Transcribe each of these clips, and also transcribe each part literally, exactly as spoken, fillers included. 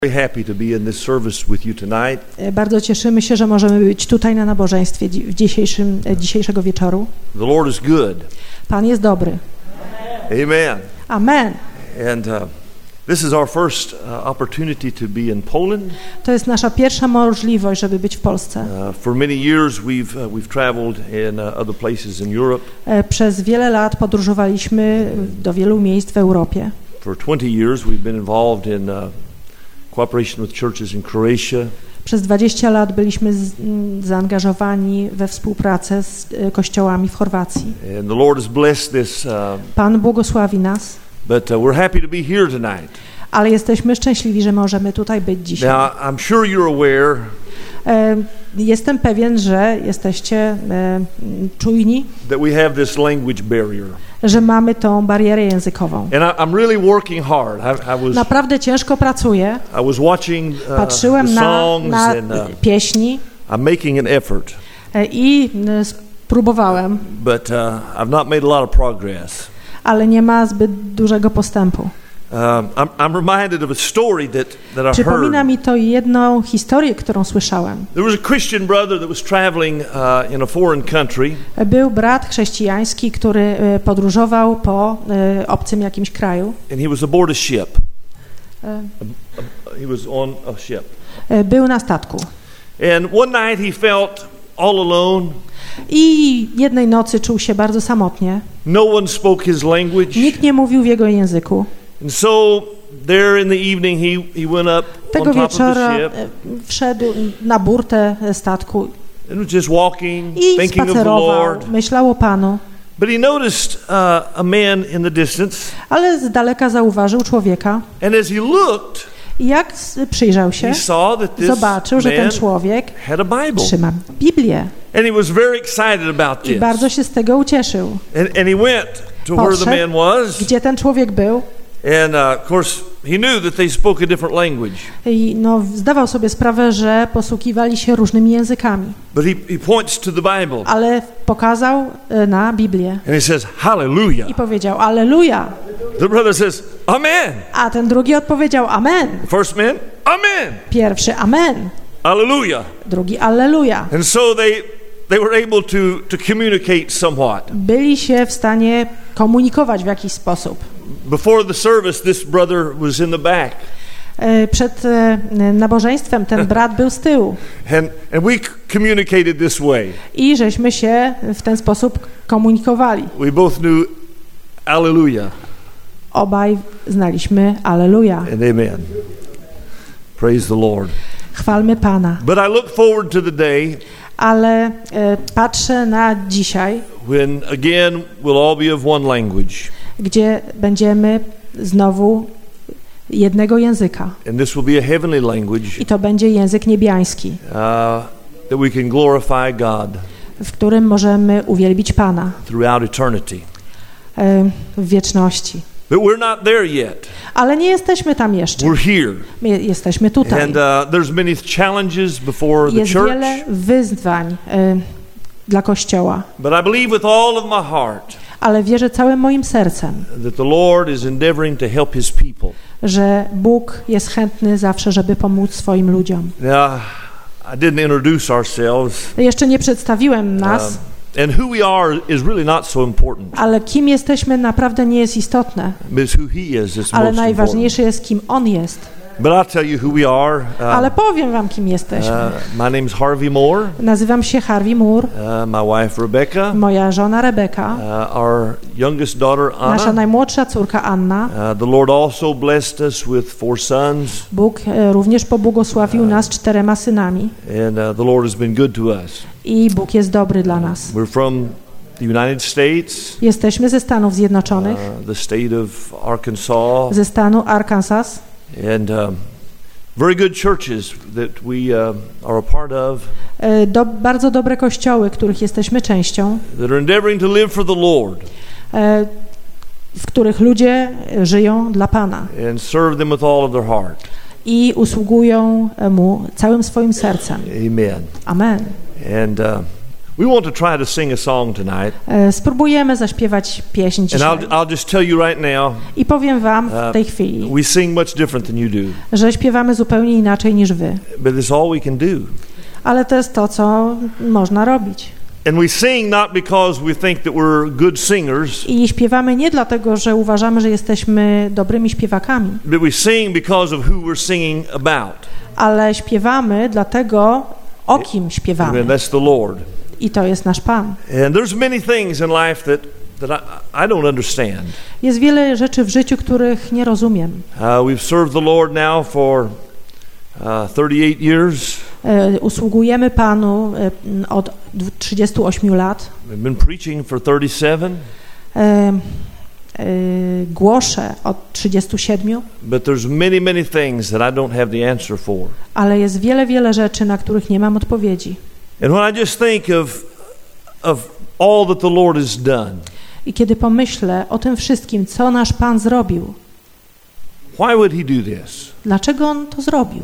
Happy to be in this service with you tonight. Bardzo cieszymy się, że możemy być tutaj na nabożeństwie w dzisiejszym, dzisiejszego wieczoru. The Lord is good. Pan jest dobry. Amen. Amen. And uh, this is our first uh, opportunity to be in Poland. To jest nasza pierwsza możliwość, żeby być w Polsce. Uh, for many years we've uh, we've traveled in uh, other places in Europe. Przez wiele lat podróżowaliśmy do wielu miejsc w Europie. For twenty years we've been involved in uh, cooperation with churches in Croatia. Przez dwadzieścia lat byliśmy z, m, zaangażowani we współpracę z e, kościołami w Chorwacji. And the Lord has blessed this. Uh, Pan błogosławi nas. But uh, we're happy to be here tonight. Ale jesteśmy szczęśliwi, że możemy tutaj być dzisiaj. Now, I'm sure you're aware. E, jestem pewien, że jesteście e, czujni, That we have this language barrier. że mamy tą barierę językową. And I, I'm really working hard. I, I was, Naprawdę ciężko pracuję. I was watching uh, Patrzyłem the na, songs na and uh, pieśni I'm making an effort. e, i e, spróbowałem, But uh, I've not made a lot of progress. ale nie ma zbyt dużego postępu. Um, I'm, I'm reminded of a story that, that I Przypomina heard. mi to jedną historię, którą słyszałem. There was a Christian brother that was traveling uh, in a foreign country. Był brat chrześcijański, który e, podróżował po e, obcym jakimś kraju. And he was aboard a ship. E, A, a, he was on a ship. e, Był na statku. And one night he felt all alone. I jednej nocy czuł się bardzo samotnie. No one spoke his language. Nikt nie mówił w jego języku. And so there in the evening he, he went up Tego on top of wieczora the ship e, wszedł na burtę statku and was just walking, i thinking of the spacerował, Lord. myślał o Panu. But he noticed uh, a man in the distance. Ale z daleka zauważył człowieka And as he looked, i jak s- przyjrzał się, he saw that this zobaczył, że ten man człowiek had a Bible. trzyma Biblię And he was very excited about i this. bardzo się z tego ucieszył. And, and he went to where the Podszedł, man was. gdzie ten człowiek był And uh, of course, he knew that they spoke a different language. i no, zdawał sobie sprawę, że posługiwali się różnymi językami, But he, he points to the Bible. ale pokazał e, na Biblię And he says, Hallelujah. i powiedział Alleluja, The brother says, Amen. a ten drugi odpowiedział Amen. The first man, Amen. Pierwszy Amen, Hallelujah. drugi Alleluja. And so they they were able to to communicate somewhat. Byli się w stanie komunikować w jakiś sposób. Before the service, this brother was in the back. E, Przed e, nabożeństwem ten brat był z tyłu And and we c- communicated this way. i żeśmy się w ten sposób komunikowali. We both knew Hallelujah Obaj znaliśmy Alleluja. and Amen. Praise the Lord. Chwalmy Pana. But I look forward to the day Ale e, patrzę na dzisiaj, when again we'll all be of one language. gdzie będziemy znowu jednego języka. And this will be a heavenly language I to będzie język niebiański, uh, that we can glorify God w którym możemy uwielbić Pana throughout eternity. e, w wieczności. But we're not there yet. Ale nie jesteśmy tam jeszcze. We're here. My jesteśmy tutaj. And uh, there's many challenges before the Jest church. wiele wyzwań e, dla Kościoła, But I believe with all of my heart ale wierzę całym moim sercem, that the Lord is endeavoring to help His people. że Bóg jest chętny zawsze, żeby pomóc swoim ludziom. Now, I didn't introduce ourselves. Jeszcze nie przedstawiłem nas, Um, and who we are is really not so important. ale kim jesteśmy naprawdę nie jest istotne, It's who He is that's ale most important. najważniejsze jest, kim On jest. But I'll tell you who we are. Um, Ale powiem wam, kim jesteśmy. uh, my name's Harvey Moore. Nazywam się Harvey Moore, Uh, my wife Rebecca. moja żona Rebeka, Uh, our youngest daughter nasza Anna. najmłodsza córka Anna. Uh, the Lord also blessed us with four sons, Bóg e, również pobłogosławił nas czterema synami and uh, the Lord has been good to us. i Bóg jest dobry dla nas. We're from the United States, Jesteśmy ze Stanów Zjednoczonych, uh, the state of Arkansas, ze stanu Arkansas. and um, very good churches that we uh, are a part of, E, Do, bardzo dobre kościoły, których jesteśmy częścią, that are endeavoring to live for the Lord e, w których ludzie żyją dla Pana and serve them with all of their heart. i usługują Mu całym swoim sercem. Amen. Amen. And uh, We want to try to sing a song tonight. E, Spróbujemy zaśpiewać pieśń And dzisiaj. I'll, I'll just tell you right now, I powiem wam w uh, tej chwili, we sing much different than you do, że śpiewamy zupełnie inaczej niż wy. but it's all we can do. Ale to jest to, co można robić. And we sing not because we think that we're good singers, I śpiewamy nie dlatego, że uważamy, że jesteśmy dobrymi śpiewakami, but we sing because of who we're singing about. ale śpiewamy dlatego, o kim And śpiewamy. that's the Lord. I to jest nasz Pan. And there's many things in life that, that I, I don't understand. Jest wiele rzeczy w życiu, których nie rozumiem. Uh, we've served the Lord now for uh, thirty-eight years. E, Usługujemy Panu e, od trzydziestu ośmiu lat. We've been preaching for thirty-seven. E, e, Głoszę od trzydziestu siedmiu, But there's many, many things that I don't have the answer for. ale jest wiele, wiele rzeczy, na których nie mam odpowiedzi. And when I just think of, of all that the Lord has done, I kiedy pomyślę o tym wszystkim, co nasz Pan zrobił, why would He do this? dlaczego On to zrobił?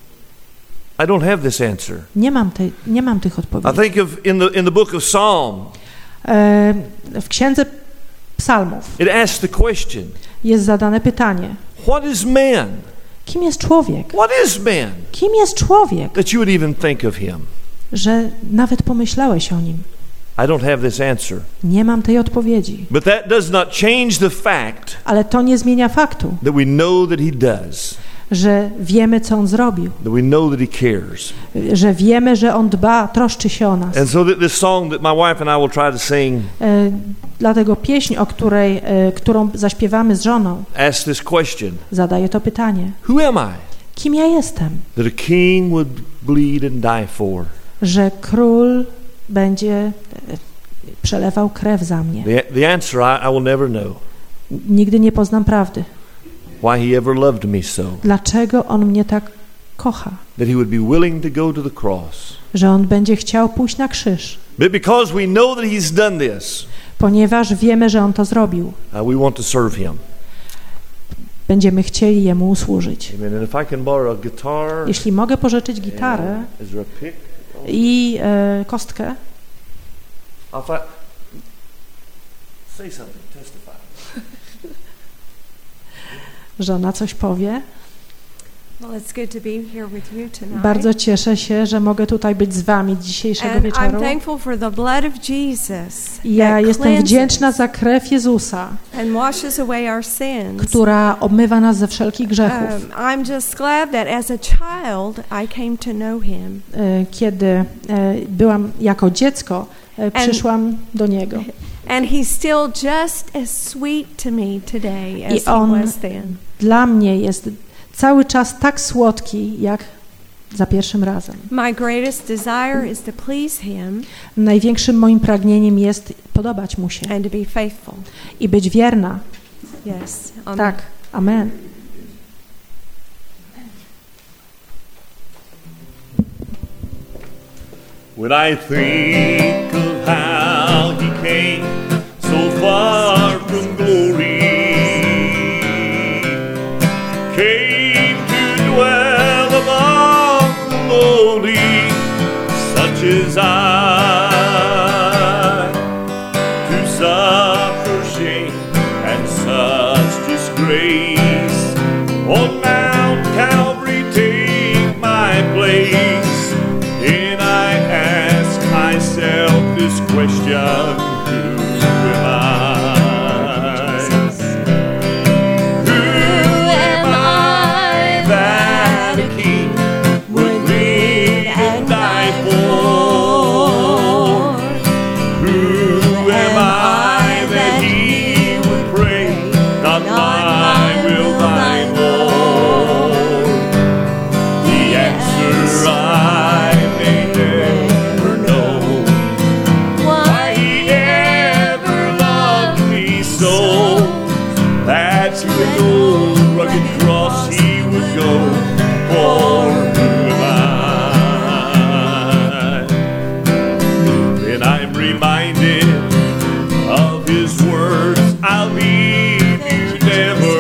I don't have this answer. Nie mam, tej, nie mam tych I odpowiedzi. think of in the in the book of Psalm, E, W Księdze Psalmów it asks the question, jest zadane pytanie, what is man? kim jest człowiek? What is man Kim jest człowiek, that you would even think of him? że nawet pomyślałeś o nim? I don't have this answer. Nie mam tej odpowiedzi. But that does not change the fact Ale to nie zmienia faktu, that we know that He does, że wiemy, co On zrobił, that we know that He cares. że wiemy, że On dba, troszczy się o nas. And so that this song that my wife and I will try to sing E, Dlatego pieśń, o której, e, którą zaśpiewamy z żoną, asks this question, zadaje to pytanie. who am I Kim ja jestem, that a king would bleed and die for? że król będzie e, przelewał krew za mnie? The, the answer I, I will never know. Nigdy nie poznam prawdy. Why He ever loved me so. Dlaczego On mnie tak kocha? That He would be willing to go to the cross. Że On będzie chciał pójść na krzyż. But because we know that He's done this, Ponieważ wiemy, że On to zrobił, uh, we want to serve Him. będziemy chcieli Jemu usłużyć. Amen. And if I can borrow a guitar, Jeśli mogę pożyczyć gitarę and is there a pick? i e, kostkę, I'll fi- say something, testify. żona coś powie. Well, it's good to be here with you tonight. Bardzo cieszę się, że mogę tutaj być z wami dzisiejszego And wieczoru. I'm thankful for the blood of Jesus. I ja that jestem cleanses wdzięczna za krew Jezusa, and washes away our sins. która obmywa nas ze wszelkich grzechów. Um, I'm just glad that as a child I came to know Him. E, Kiedy e, byłam jako dziecko, e, przyszłam do Niego. And He's still just as sweet to me today as I He On was then. dla mnie jest cały czas tak słodki, jak za pierwszym razem. My greatest desire is to please Him Największym moim pragnieniem jest podobać Mu się and to be faithful. i być wierna. Yes. Amen. Tak, amen. When I think of how He came so far from glory, came to dwell among the lowly, such as I, to suffer shame and such disgrace, on Mount Calvary take my place. And I ask myself this question, who am I? Who am I that a king would bleed and die for? Who am I that He would pray, not my will, Thy Lord? The answer I may never know. Why He ever loved me so, that to an old rugged cross He would go. For who am I? Then I'm reminded of His words, I'll leave you never.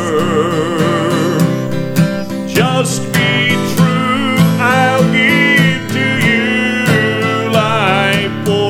Just be true, I'll give to you life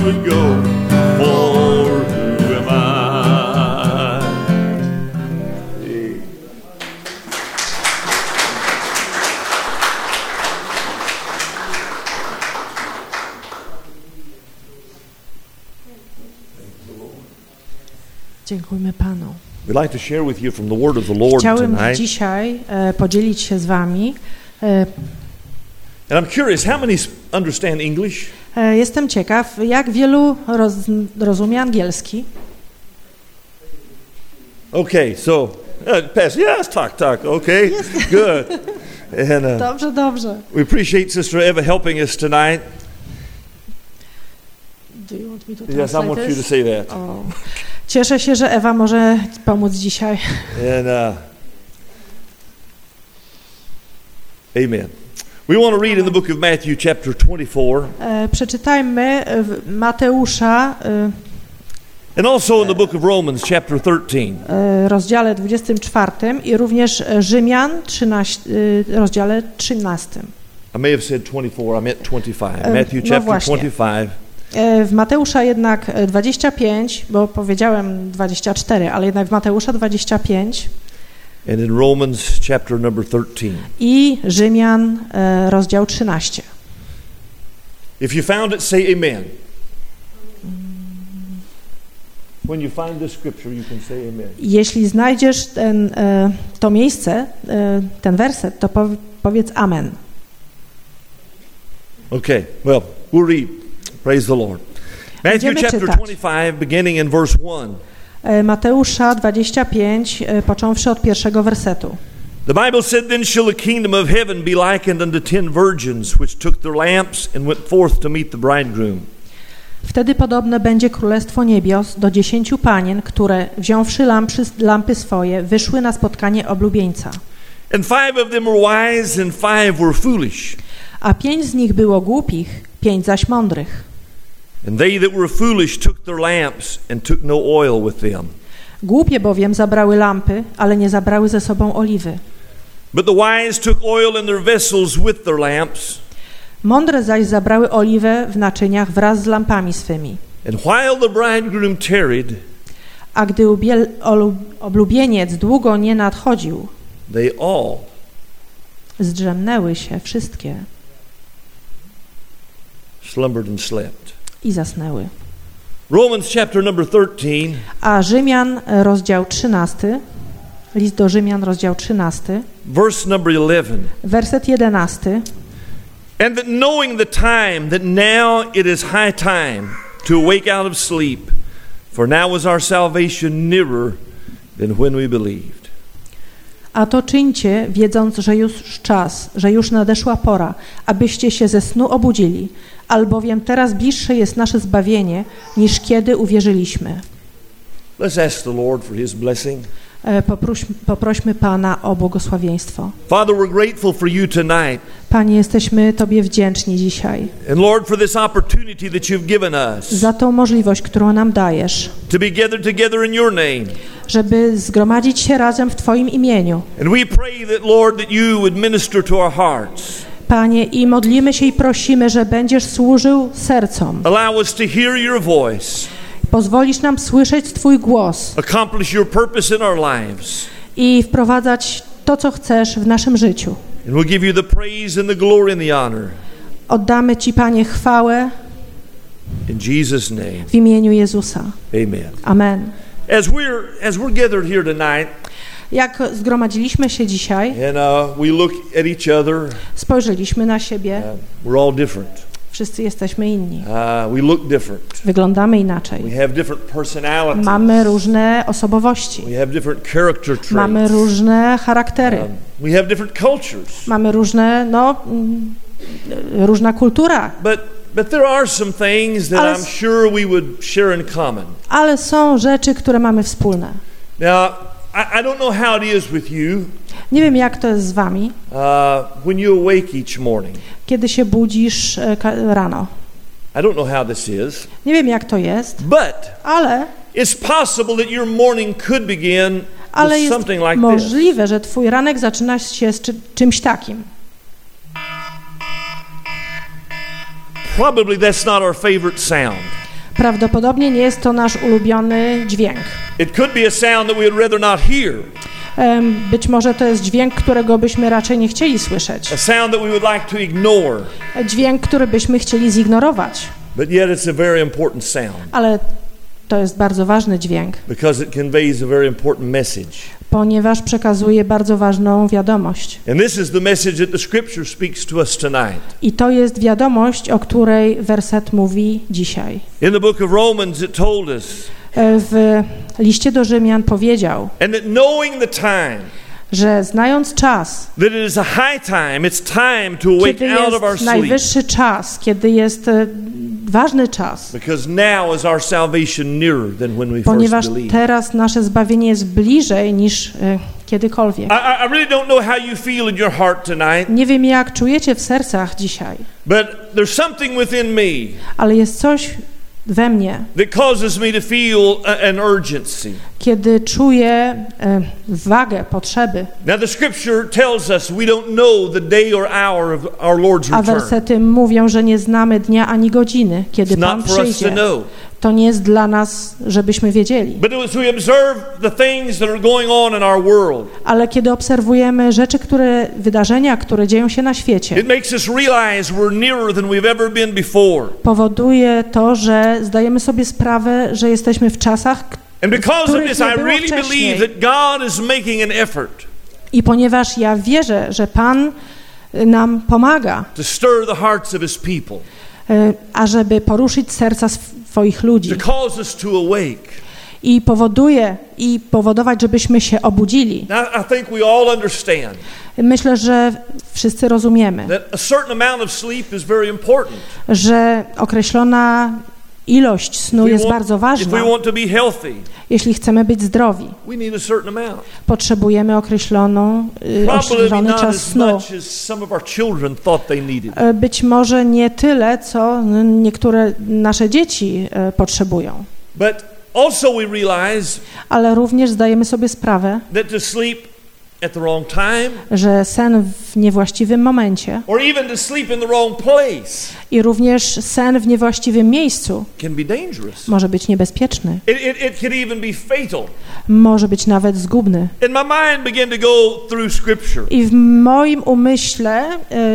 would go, for who am I? Dziękujmy Panu. We'd like to share with you from the word of the Lord Chciałem tonight. dzisiaj e, podzielić się z wami. E, And I'm curious, how many understand English? e, jestem ciekaw, jak wielu roz, rozumie angielski. Okay, so, uh, Pastor, yes, talk, talk, okay, good. And uh, Dobrze, dobrze. we appreciate Sister Eva helping us tonight. Do you want me to Yes, I translate want you to this? say that. O. Cieszę się, że Ewa może pomóc dzisiaj. And uh, amen. We want to read in the book of Matthew, chapter twenty-four, E, przeczytajmy w Mateusza, e, and also in the book of Romans, chapter thirteen. e, rozdziale dwudziestym czwartym i również Rzymian, trzynaście, e, rozdziale trzynastym. I may have said twenty-four, I meant twenty-five. Um, Matthew, no chapter właśnie. twenty-five. E, w Mateusza jednak dwadzieścia pięć, bo powiedziałem dwadzieścia cztery, ale jednak w Mateusza dwadzieścia pięć And in Romans, chapter number thirteen. i Rzymian, e, rozdział trzynaście. If you found it, say amen. When you find the scripture, you can say amen. Jeśli znajdziesz ten, e, to miejsce, e, ten werset, to pow- powiedz amen. Okay, well, we'll read. Praise the Lord. Matthew Będziemy chapter czytać. twenty-five, beginning in verse one. E, Mateusza dwadzieścia pięć, e, począwszy od pierwszego wersetu. The Bible said, Then shall the kingdom of heaven be likened unto ten virgins, which took their lamps and went forth to meet the bridegroom. Wtedy podobne będzie królestwo niebios do dziesięciu panien, które, wziąwszy lampy, lampy swoje, wyszły na spotkanie oblubieńca. And five of them were wise, and five were foolish. A pięć z nich było głupich, pięć zaś mądrych. And they that were foolish took their lamps, and took no oil with them. Głupie bowiem zabrały lampy, ale nie zabrały ze sobą oliwy. But the wise took oil in their vessels with their lamps. Mądre zaś zabrały oliwę w naczyniach wraz z lampami swymi. And while the bridegroom tarried, A gdy ubiel, olu, oblubieniec długo nie nadchodził, they all zdrzemnęły się wszystkie slumbered and slept. i zasnęły. Romans chapter number thirteen, A Rzymian, rozdział trzynasty, list do Rzymian, rozdział trzynasty, verse number eleven. werset jedenasty. And that knowing the time, that now it is high time to awake out of sleep, for now is our salvation nearer than when we believed. A to czyńcie, wiedząc, że już czas, że już nadeszła pora, abyście się ze snu obudzili, albowiem teraz bliższe jest nasze zbawienie, niż kiedy uwierzyliśmy. Let's ask the Lord for His blessing. E, Poproś, poprośmy Pana o błogosławieństwo. Father, we're grateful for you tonight. Panie, jesteśmy Tobie wdzięczni dzisiaj And Lord, for this opportunity that you've given us za tą możliwość, którą nam dajesz, to be gathered together in your name. żeby zgromadzić się razem w Twoim imieniu. And we pray that, Lord, that you would minister to our hearts. Panie, i modlimy się i prosimy, że będziesz służył sercom. Allow us to hear your voice. Pozwolisz nam słyszeć Twój głos Accomplish your purpose in our lives. i wprowadzać to, co chcesz w naszym życiu. And we'll give you the praise and the glory and the honor. Oddamy Ci, Panie, chwałę In Jesus' name, w imieniu Jezusa. amen. Amen. As we're, as we're gathered here tonight, Jak zgromadziliśmy się dzisiaj, and uh, we look at each other, spojrzeliśmy na siebie, uh, we're all different. wszyscy jesteśmy inni. Uh, we look different. Wyglądamy inaczej. We have different personalities. Mamy różne osobowości. We have different character traits. Mamy różne charaktery. Um, we have different cultures. Mamy różne, no, mm, różna kultura. But but there are some things that Ale- I'm sure we would share in common. Ale są rzeczy, które mamy wspólne. Now, I, I don't know how it is with you Nie wiem, jak to jest z wami, uh, when you awake each morning. kiedy się budzisz e, ka- rano. I don't know how this is, Nie wiem, jak to jest, but ale, it's possible that your morning could begin ale with jest something like this. możliwe, że twój ranek zaczyna się z czy, czymś takim. Probably that's not our favorite sound. Prawdopodobnie nie jest to nasz ulubiony dźwięk. It could be a sound that we would rather not hear. Em, Być może to jest dźwięk, którego byśmy raczej nie chcieli słyszeć. A sound that we would like to ignore. Dźwięk, który byśmy chcieli zignorować. But yet it's a very important sound Ale to jest bardzo ważny dźwięk, because it conveys a very important message. ponieważ przekazuje bardzo ważną wiadomość. And this is the message that the scripture speaks to us tonight. I to jest wiadomość, o której werset mówi dzisiaj. In the book of Romans it told us, W liście do Rzymian powiedział, and that knowing the time, że znając czas, that it is a high time, it's time to wake kiedy out of our jest sleep. najwyższy czas, kiedy jest e, ważny czas, Because now is our salvation nearer than when we ponieważ first believed. teraz nasze zbawienie jest bliżej niż e, kiedykolwiek. I, I really don't know how you feel in your heart tonight, Nie wiem, jak czujecie w sercach dzisiaj, but there's something within me ale jest coś we mnie, that causes me to feel a, an urgency. kiedy czuję e, wagę, potrzeby. Now the scripture tells us we don't know the day or hour of our Lord's A return. wersety mówią, że nie znamy dnia ani godziny, kiedy It's Pan not for us to przyjdzie. know. To nie jest dla nas, żebyśmy wiedzieli. But as we observe the things that are going on in our world, Ale kiedy obserwujemy rzeczy, które, wydarzenia, które dzieją się na świecie, it makes us realize we're nearer than we've ever been before. powoduje to, że zdajemy sobie sprawę, że jesteśmy w czasach, And because of których this, nie I było really wcześniej. believe that God is making an effort I ponieważ ja wierzę, że Pan nam pomaga, to stir the hearts of His people, e, ażeby poruszyć serca swoich ludzi to cause us to awake. i powoduje i powodować, żebyśmy się obudzili. Now, I think we all understand Myślę, że wszyscy rozumiemy, that a certain amount of sleep is very important. że określona ilość snu If we jest want- bardzo If ważna. we want to be healthy, Jeśli chcemy być zdrowi, we need a certain amount. potrzebujemy określoną, y, Probably określony not czas as snu. much as some of our children thought they needed. E, Być może nie tyle, co n- niektóre nasze dzieci e, potrzebują, But also we realize ale również zdajemy sobie sprawę, that to sleep at the wrong time, że sen w niewłaściwym momencie or even to sleep in the wrong place, i również sen w niewłaściwym miejscu can be dangerous. może być niebezpieczny, It, it, it can even be fatal. może być nawet zgubny. And my mind began to go through Scripture I w moim umyśle e,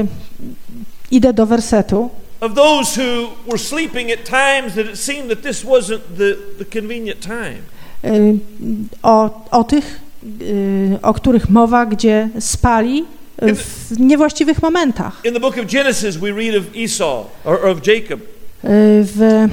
idę do wersetu, of those who were sleeping at times that it seemed that this wasn't the, the convenient time. e, o, o tych, e, o których mowa, gdzie spali e, w niewłaściwych momentach. In the book of Genesis, we read of Esau, or of Jacob. E, W e,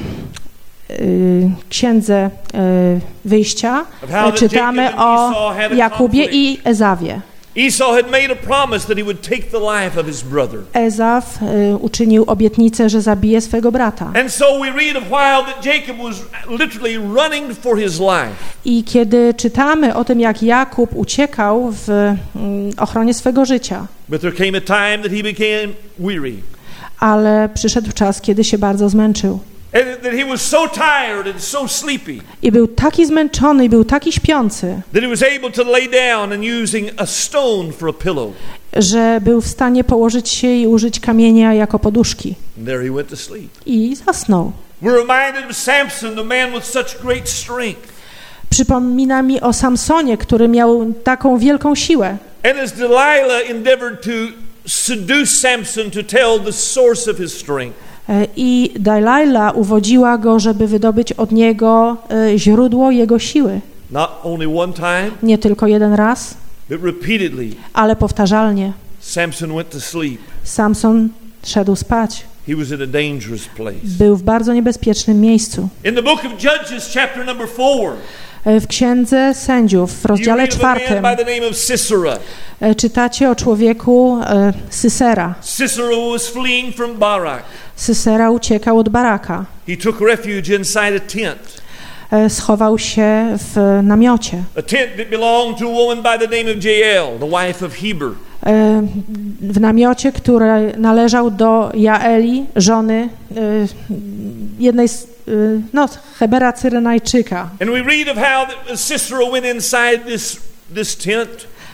księdze e, Wyjścia Of how e, that czytamy Jacob and o Esau had a Jakubie conflict. i Ezawie. Esau had made a promise that he would take the life of his brother. Ezaw e, uczynił obietnicę, że zabije swego brata. And so we read of while that Jacob was literally running for his life. I kiedy czytamy o tym, jak Jakub uciekał w mm, ochronie swego życia, But there came a time that he became weary. ale przyszedł czas, kiedy się bardzo zmęczył. And that he was so tired and so sleepy I był taki zmęczony, i był taki śpiący, that he was able to lay down and using a stone for a pillow. że był w stanie położyć się i użyć kamienia jako poduszki. And there he went to sleep. I zasnął. We're reminded of Samson, the man with such great strength. Przypomina mi o Samsonie, który miał taką wielką siłę. And as Delilah endeavored to seduce Samson to tell the source of his strength, E, I Delilah uwodziła go, żeby wydobyć od niego e, źródło jego siły. not only one time, Nie tylko jeden raz, but repeatedly, ale powtarzalnie. Samson went to sleep. Samson szedł spać. He was in a dangerous place. Był w bardzo niebezpiecznym miejscu. In the book of Judges, chapter number four, E, W Księdze Sędziów, w you rozdziale read of a man czwartym, by the name of Sisera. e, czytacie o człowieku e, Sysera. Sisera was fleeing from Barak. Sysera uciekał od Baraka. He took refuge inside a tent, E, Schował się w namiocie. a tent that belonged to a woman by the name of Jael, the wife of Heber. E, W namiocie, który należał do Jaeli, żony e, jednej z, e, no, Hebera Cyrenajczyka. And we read of how that Sisera went inside this, this tent,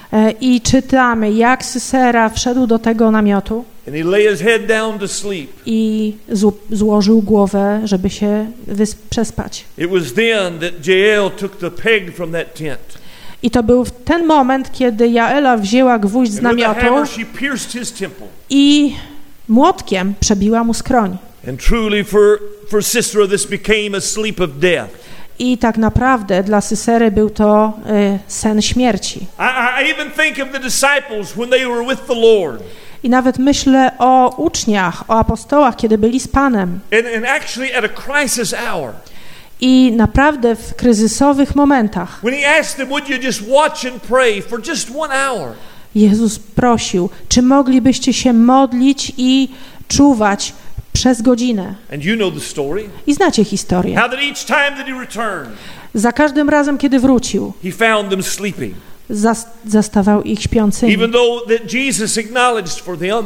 E, I czytamy, jak Sysera wszedł do tego namiotu and he lay his head down to sleep. i z- złożył głowę, żeby się wys- przespać. It was then that Jael took the peg from that tent. I to był ten moment, kiedy Jaela wzięła gwóźdź z And with a namiotu hammer she pierced his temple. i młotkiem przebiła mu skroń. And truly for, for Sisera this became a sleep of death. I tak naprawdę dla Sysery był to y, sen śmierci. I, I even think of the disciples when they were with the Lord. I nawet myślę o uczniach, o apostołach, kiedy byli z Panem. And, and actually at a crisis hour. I naprawdę w kryzysowych momentach When he asked them, would you just watch and pray for just one hour? Jezus prosił, czy moglibyście się modlić i czuwać przez godzinę. And you know the story. I znacie historię. How that each time that he returned, Za każdym razem, kiedy wrócił, he found them sleeping. zas- zastawał ich śpiącymi. Even though that Jesus acknowledged for them,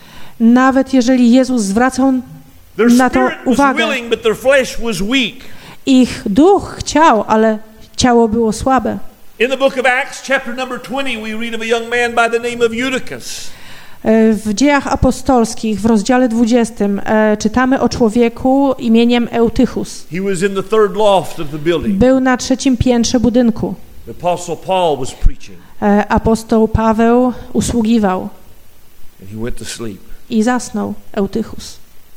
Nawet jeżeli Jezus zwracał their na to spirit was uwagę, willing, but their flesh was weak. ich duch chciał, ale ciało było słabe. In the book of Acts, chapter number twenty, we read of a young man by the name of Eutychus. W Dziejach Apostolskich w rozdziale dwudziestym e, czytamy o człowieku imieniem Eutychus. He was in the third loft of the building. Był na trzecim piętrze budynku. The apostle Paul was preaching, E, apostoł Paweł usługiwał and he went to sleep. i zasnął Eutychus.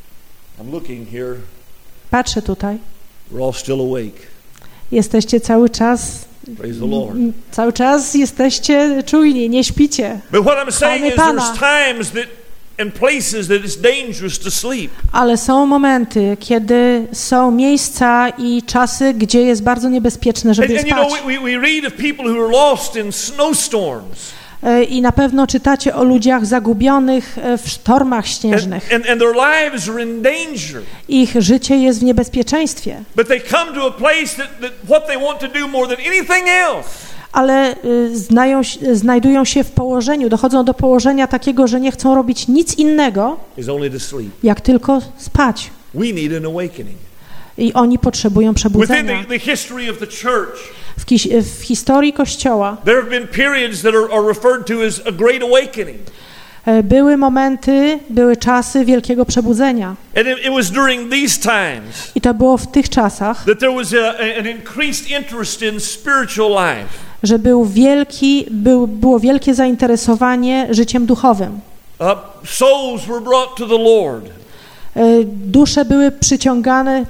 I'm looking here. Patrzę tutaj. We're all still awake. Jesteście cały czas, Praise the Lord. cały czas jesteście czujni, nie śpicie. But what I'm saying Chwalmy is Pana. there's times that and places that it's dangerous to sleep. Ale są momenty, kiedy są miejsca i czasy, gdzie jest bardzo niebezpieczne, And, żeby and you know, spać. we, we read of people who are lost in snowstorms. E, I na pewno czytacie o ludziach zagubionych e, w sztormach And, śnieżnych. and, and their lives are in danger. Ich życie jest w niebezpieczeństwie. But they come to a place that, that what they want to do more than anything else Ale y, znają, znajdują się w położeniu, dochodzą do położenia takiego, że nie chcą robić nic innego, is only to sleep. jak tylko spać. We need an awakening. I oni potrzebują Within przebudzenia. the, the history of the church, W, kis- w historii Kościoła there have been periods that are, are referred to as a great awakening. e, były momenty, były czasy wielkiego przebudzenia. And it, it was during these times I to było w tych czasach, that there was a, a- an increased interest in spiritual life. że był wielki, był, było wielkie zainteresowanie życiem duchowym. Uh, souls were brought to the Lord. E, Dusze były przyciągane e,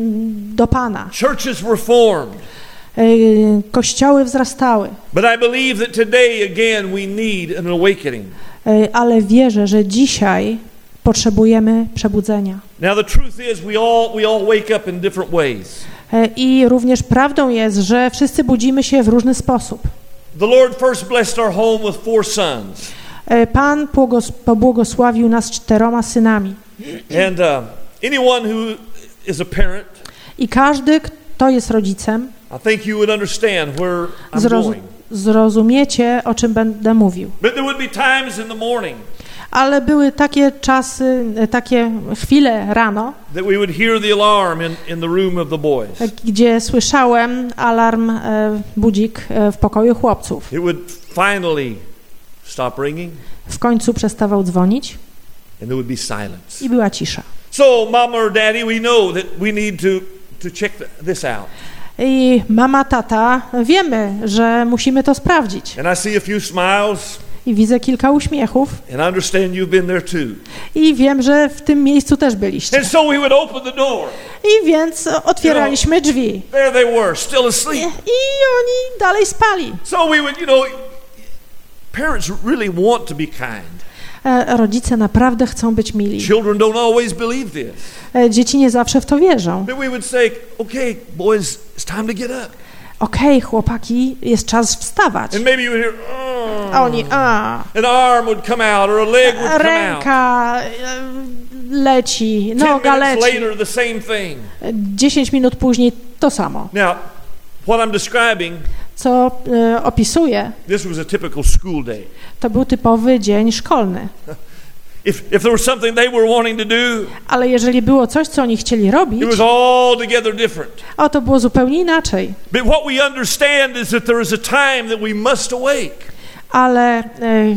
do Pana. Churches were formed. E, Kościoły wzrastały. But I believe that today, again, we need an awakening. E, Ale wierzę, że dzisiaj potrzebujemy przebudzenia. Now, the truth is, we all, we all wake up in different ways. E, I również prawdą jest, że wszyscy budzimy się w różny sposób. The Lord first blessed our home with four sons. E, Pan błogos- pobłogosławił nas czteroma synami. And uh, anyone who is a parent, I każdy, kto jest rodzicem, I think you would understand where I'm zroz- going. zrozumiecie, o czym będę mówił. But there would be times in the morning Ale były takie czasy, e, takie chwile rano, that we would hear the alarm in, in the room of the boys. e, gdzie słyszałem alarm, e, budzik e, w pokoju chłopców. It would finally stop ringing, W końcu przestawał dzwonić and there would be silence. i była cisza. So, Mama or Daddy, we know that we need to, to check th- this out. I mama, tata, wiemy, że musimy to sprawdzić. And I see a few smiles, I widzę kilka uśmiechów and I understand you've been there too. i wiem, że w tym miejscu też byliście. And so we would open the door. I więc otwieraliśmy drzwi. There they were, still asleep. I oni dalej spali. So we would, you know, parents really want to be kind. E, Rodzice naprawdę chcą być mili. Children don't always believe this. E, Dzieci nie zawsze w to wierzą. But we would say, okay, boys, it's time to get up. Okej, chłopaki, jest czas wstawać. And maybe you would hear, oh, A oni, a, an arm would come out or a leg would come out. ręka e, leci, Ten noga minutes leci. later, the same thing. Dziesięć minut później to samo. Now, what I'm describing, Co e, opisuję, this was a typical school day. to był typowy dzień szkolny. If, if there was something they were wanting to do, Ale jeżeli było coś, co oni chcieli robić, it was altogether different. o, to było zupełnie inaczej. But what we understand is that there is a time that we must awake. ale e,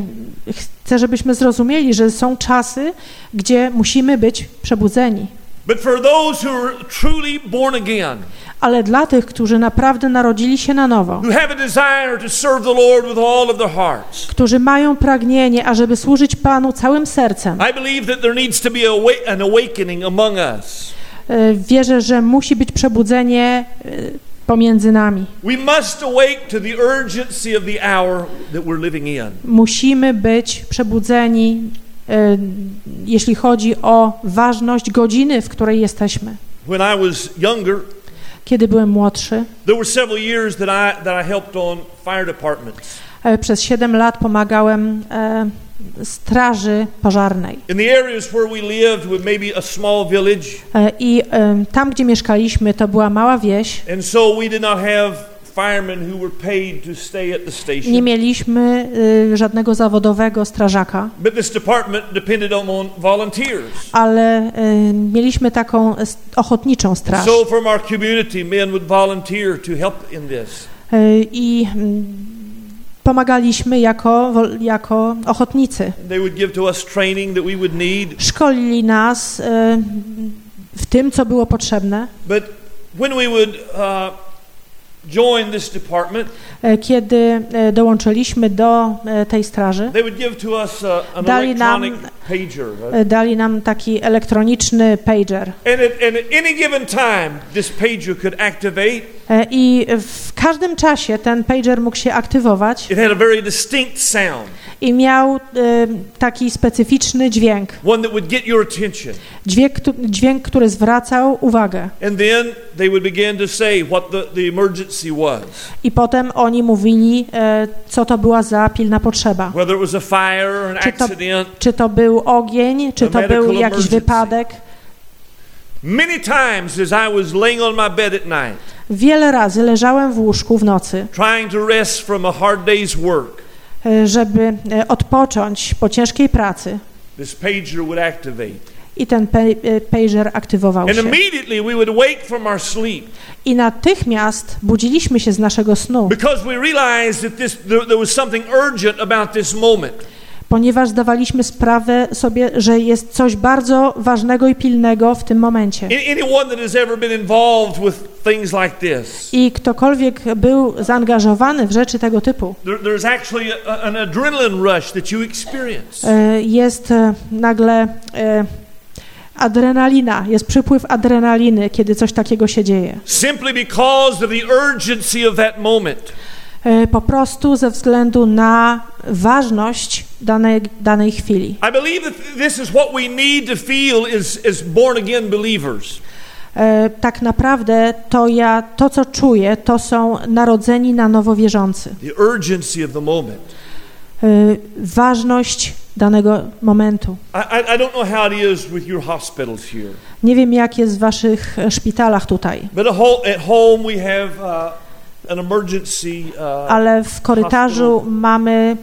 chcę, żebyśmy zrozumieli, że są czasy, gdzie musimy być przebudzeni. But for those who are truly born again, Ale dla tych, którzy naprawdę narodzili się na nowo, who have a desire to serve the Lord with all of their hearts, którzy mają pragnienie, ażeby służyć Panu całym sercem, I believe that there needs to be a wa- an awakening among us. e, wierzę, że musi być przebudzenie e, pomiędzy nami. We must awake to the urgency of the hour that we're living in. Musimy być przebudzeni, e, jeśli chodzi o ważność godziny, w której jesteśmy. When I was younger, Kiedy byłem młodszy, there were several years that I that I helped on fire departments. e, przez siedem lat pomagałem e, straży pożarnej. In the areas where we lived with maybe a small village, E, I e, tam, gdzie mieszkaliśmy, to była mała wieś. and so we did not have firemen who were paid to stay at the Nie station. mieliśmy e, żadnego zawodowego strażaka, But this department depended on, on volunteers. ale e, mieliśmy taką s- ochotniczą straż. So from our community, men would volunteer to help in this. E, I mm, pomagaliśmy jako, wol- jako ochotnicy. They would give to us training that we would need. Szkolili nas e, w tym, co było potrzebne. But when we would uh, join this department, E, Kiedy e, dołączyliśmy do e, tej straży, they would give to us uh, an Dali nam- electronic pager. Right? e, dali nam taki elektroniczny pager. And at, and at any given time, this pager could activate. E, I w każdym czasie ten pager mógł się aktywować It had a very distinct sound, i miał e, taki specyficzny dźwięk. one that would get your attention. Dźwięk, któ- dźwięk, który zwracał uwagę. And then they would begin to say what the, the emergency was. I potem oni mówili, e, co to była za pilna potrzeba. Whether it was a fire or an Czy to, accident. czy to był ogień, czy A to medical był jakiś emergency. wypadek. Many times as I was laying on my bed at night, Wiele razy leżałem w łóżku w nocy, trying to rest from a hard day's work, e, żeby e, odpocząć po ciężkiej pracy. this pager would activate. I ten pe- e, pager aktywował And się. immediately we would wake from our sleep I natychmiast budziliśmy się z naszego snu, because we realized that this, there, there was something urgent about this moment. ponieważ zdawaliśmy sprawę sobie, że jest coś bardzo ważnego i pilnego w tym momencie. A- Anyone that has ever been involved with things like this, I ktokolwiek był zaangażowany w rzeczy tego typu, there, there's actually a, an adrenaline rush that you experience. e, jest e, nagle e, adrenalina, jest przypływ adrenaliny, kiedy coś takiego się dzieje. Simply because of the urgency of that moment. E, Po prostu ze względu na ważność danej, danej chwili. I believe that this is what we need to feel as, as born again believers. E, Tak naprawdę to ja, to co czuję, to są narodzeni na nowo wierzący. The urgency of the moment. E, Ważność danego momentu. I, I, I don't know how it is with your hospitals here, Nie wiem, jak jest w waszych e, szpitalach tutaj, but at home, at home we have uh, an emergency. Uh, ale w korytarzu mamy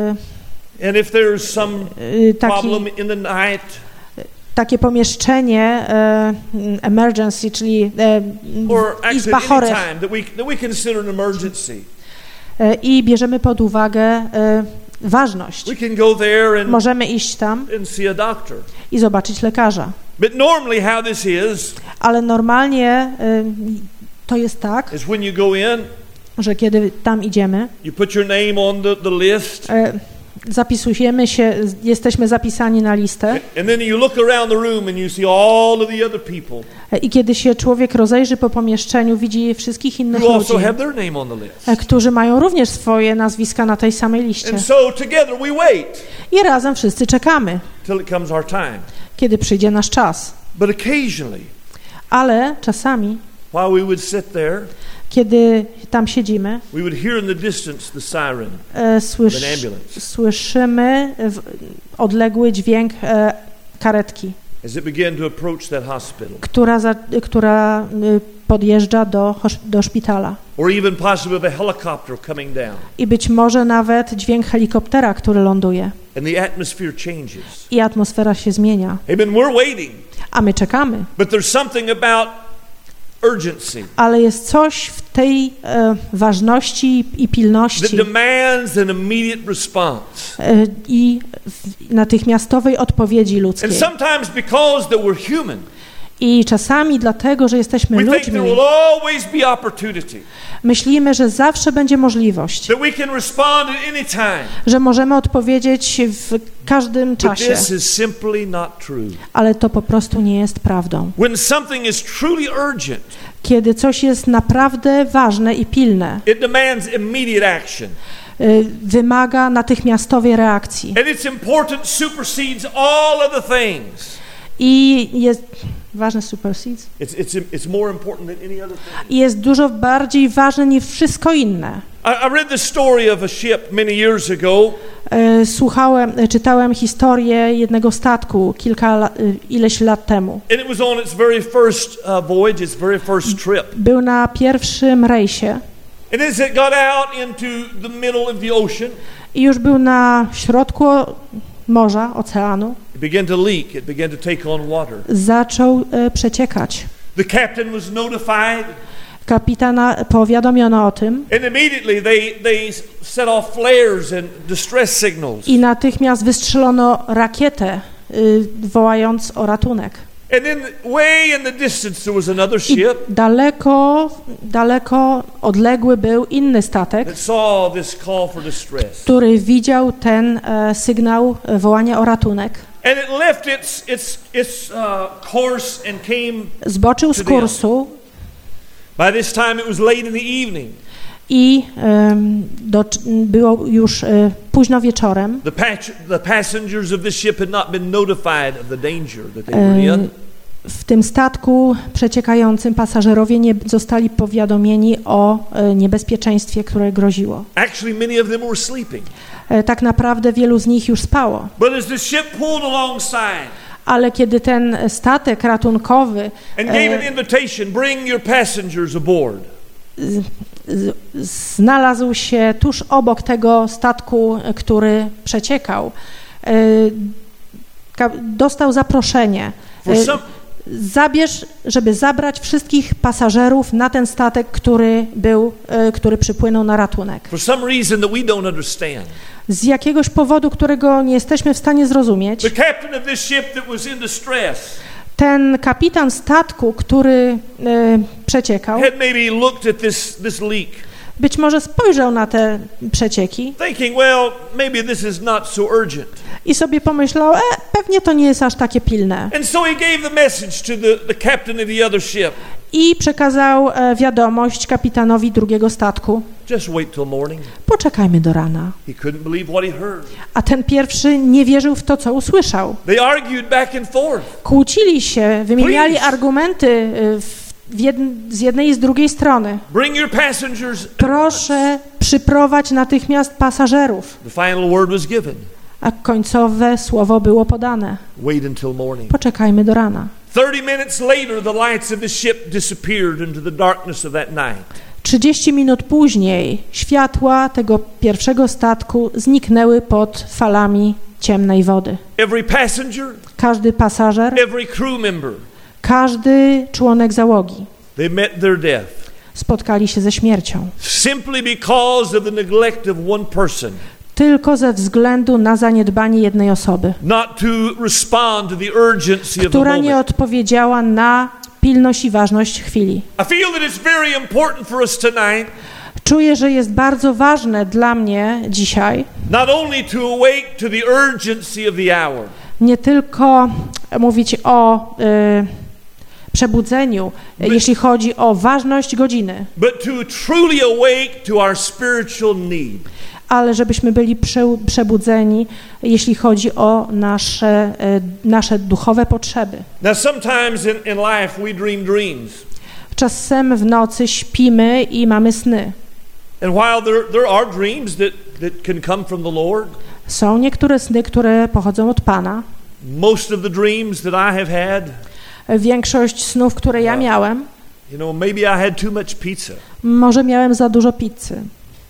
e, and if there's some e, taki, problem in the night, takie pomieszczenie e, emergency, czyli e, or izba actually any chorych, time that we, that we consider an emergency, e, i bierzemy pod uwagę e, ważność. we can go there and, Możemy iść tam and see a doctor. i zobaczyć lekarza. But normally how this is, Ale normalnie e, to jest tak, is when you go in, że kiedy tam idziemy, you put your name on the, the list, e, zapisujemy się, jesteśmy zapisani na listę and then you look around the room and you see all of the other people e, i kiedy się człowiek rozejrzy po pomieszczeniu, widzi wszystkich innych who also ludzi, have their name on the list. e, którzy mają również swoje nazwiska na tej samej liście. And so together we wait I razem wszyscy czekamy, till it comes our time. kiedy przyjdzie nasz czas. But occasionally, Ale czasami, while we would sit there, kiedy tam siedzimy, we would hear in the distance the siren e, of słysz, an ambulance słyszymy w, odległy dźwięk e, karetki, as it began to approach that hospital, która, za, która y, podjeżdża do, hosz- do szpitala. or even possibly of a helicopter coming down, I być może nawet dźwięk helikoptera, który ląduje. and the atmosphere changes. I atmosfera się zmienia. Amen. We're waiting, A my czekamy. but there's something about urgency. Ale jest coś w tej e, ważności i pilności That demands an immediate response. e, i w, natychmiastowej odpowiedzi And ludzkiej. sometimes because that we're human, I czasami dlatego, że jesteśmy we think there ludźmi, will always be opportunity. myślimy, że zawsze będzie możliwość, That we can respond at any time. że możemy odpowiedzieć w każdym But czasie, this is simply not true. ale to po prostu nie jest prawdą. When something is truly urgent, Kiedy coś jest naprawdę ważne i pilne, it demands immediate action. y, wymaga natychmiastowej reakcji. And its importance supersedes all other things. I jest ważne supersedes. It's, it's, it's more important than any other thing. I jest dużo bardziej ważne niż wszystko inne. I, I read the story of a ship many years ago. Y, Słuchałem, y, czytałem historię jednego statku kilka la, y, ileś lat temu. And it was on its very first uh, voyage, its very first trip. Był na pierwszym rejsie And as it got out into the middle of the ocean, i już był na środku morza, oceanu. it began to leak. It began to take on water. Zaczął y, przeciekać. The captain was notified, Kapitana powiadomiono o tym and immediately they, they set off flares and distress signals. i natychmiast wystrzelono rakietę, y, wołając o ratunek. And then way in the distance there was another I ship daleko, daleko odległy był inny statek, that saw this call for distress. który widział ten e, sygnał e, wołania o ratunek. And it left its its its uh, course and came. Zboczył z kursu By this time it was late in the evening. i em, do, było już e, późno wieczorem. The, patch, the passengers of this ship had not been notified of the danger that they were in. E, w tym statku przeciekającym pasażerowie nie zostali powiadomieni o e, niebezpieczeństwie, które groziło. Actually, many of them were sleeping. E, tak naprawdę wielu z nich już spało. But as the ship pulled alongside Ale kiedy ten statek ratunkowy and gave an e, invitation, bring your passengers aboard. z, z, znalazł się tuż obok tego statku, który przeciekał, e, ka, dostał zaproszenie. For E, some, zabierz, żeby zabrać wszystkich pasażerów na ten statek, który był, e, który przypłynął na ratunek. for some reason that we don't understand, Z jakiegoś powodu, którego nie jesteśmy w stanie zrozumieć, the captain of this ship that was in distress ten kapitan statku, który e, przeciekał, had maybe looked at this this leak, być może spojrzał na te przecieki thinking, well, maybe this is not so urgent. i sobie pomyślał, e, pewnie to nie jest aż takie pilne. And so he gave the message to the, the captain of the other ship. I przekazał e, wiadomość kapitanowi drugiego statku. Just wait till morning. Poczekajmy do rana. He couldn't believe what he heard. A ten pierwszy nie wierzył w to, co usłyszał. They argued back and forth. Kłócili się, wymieniali Please. argumenty y, w, w jedn, z jednej i z drugiej strony. Bring your passengers. Proszę przyprowadź natychmiast pasażerów. The final word was given. A końcowe słowo było podane. Wait until morning. Poczekajmy do rana. Thirty minutes later, the lights of the ship disappeared into the darkness of that night. trzydzieści minut później światła tego pierwszego statku zniknęły pod falami ciemnej wody. Every passenger, Każdy pasażer, every crew member, każdy członek załogi they met their death spotkali się ze śmiercią. simply because of the neglect of one person, Tylko ze względu na zaniedbanie jednej osoby, not to respond to the urgency of the która nie moment. odpowiedziała na pilność i ważność chwili. I feel that it's very important for us tonight Czuję, że jest bardzo ważne dla mnie dzisiaj not only to awake to the urgency of the hour, nie tylko mówić o y, przebudzeniu, By- jeśli chodzi o ważność godziny, but to truly awake to our spiritual need. ale żebyśmy byli prze, przebudzeni, jeśli chodzi o nasze, y, nasze duchowe potrzeby. Now, sometimes in, in life we dream dreams. Czasem w nocy śpimy i mamy sny. And while there, there are dreams that, that can come from the Lord, Są niektóre sny, które pochodzą od Pana. most of the dreams that I have had, Większość snów, które ja miałem, you know, maybe I had too much pizza, może miałem za dużo pizzy.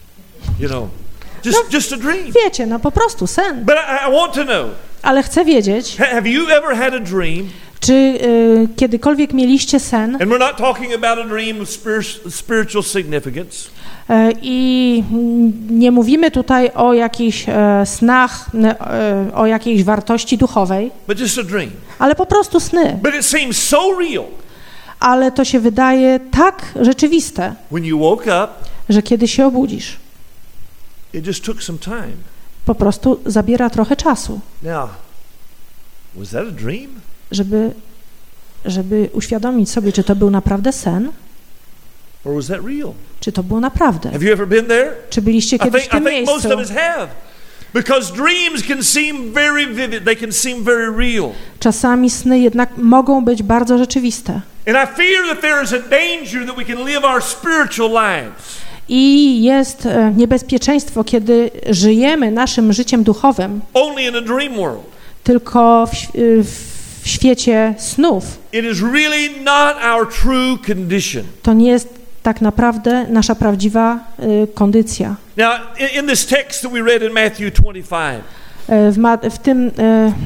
you know, just, just a dream. Wiecie, no po prostu sen. But I, I want to know, Ale chcę wiedzieć, ha- have you ever had a dream Czy y, kiedykolwiek mieliście sen? And we're not talking about a dream of spir- spiritual significance. Y, I nie mówimy tutaj o jakichś y, snach, y, o jakiejś wartości duchowej, But just a dream. ale po prostu sny. But it seems so real. Ale to się wydaje tak rzeczywiste, When you woke up, że kiedy się obudzisz, it just took some time. po prostu zabiera trochę czasu, Now, was that a dream? żeby, żeby uświadomić sobie, czy to był naprawdę sen, Or was that real? czy to było naprawdę. Have you ever been there? Czy byliście I kiedyś w think, I tym think most miejscu? of us have. Because dreams can seem very vivid. They can seem very real. Czasami sny jednak mogą być bardzo rzeczywiste. And I fear that there is a danger that we can live our spiritual lives. I jest e, niebezpieczeństwo, kiedy żyjemy naszym życiem duchowym Only in a dream world. tylko w, w, w świecie snów. It is really not our true condition. To nie jest tak naprawdę nasza prawdziwa y, kondycja. Now, in, in this text that we read in Matthew twenty-five, E, w, ma, w tym y,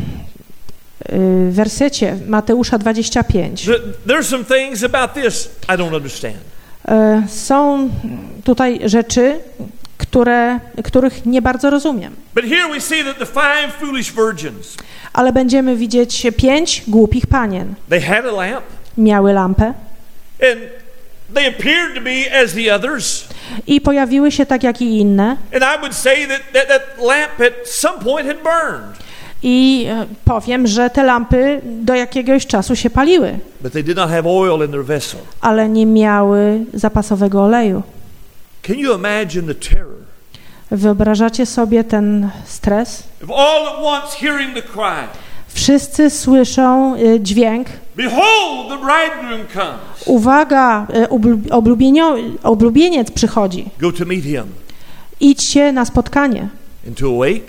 y, wersecie Mateusza dwadzieścia pięć th- there's some things about this I don't understand. e, są tutaj rzeczy, które, których nie bardzo rozumiem. But here we see that the five foolish virgins, Ale będziemy widzieć pięć głupich panien. they had a lamp, Miały lampę and they appeared to be as the others. i pojawiły się tak jak i inne. And I would say that that, that lamp at some point had burned. I e, powiem, że te lampy do jakiegoś czasu się paliły, But they did not have oil in their vessel. ale nie miały zapasowego oleju. Can you imagine the terror? Wyobrażacie sobie ten stres? Of all at once hearing the cry, Wszyscy słyszą e, dźwięk. behold, the bridegroom comes. Uwaga, e, oblub- oblubienio- oblubieniec przychodzi. Go to meet him. Idźcie na spotkanie. And to awake,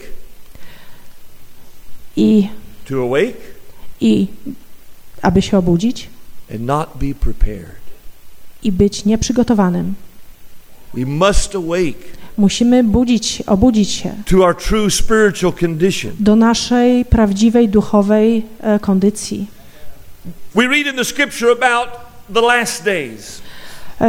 I, to awake i aby się obudzić and not be prepared. i być nieprzygotowanym. We must awake Musimy budzić, obudzić się to our true spiritual condition. do naszej prawdziwej duchowej e, kondycji. We read in the scripture about the last days. E,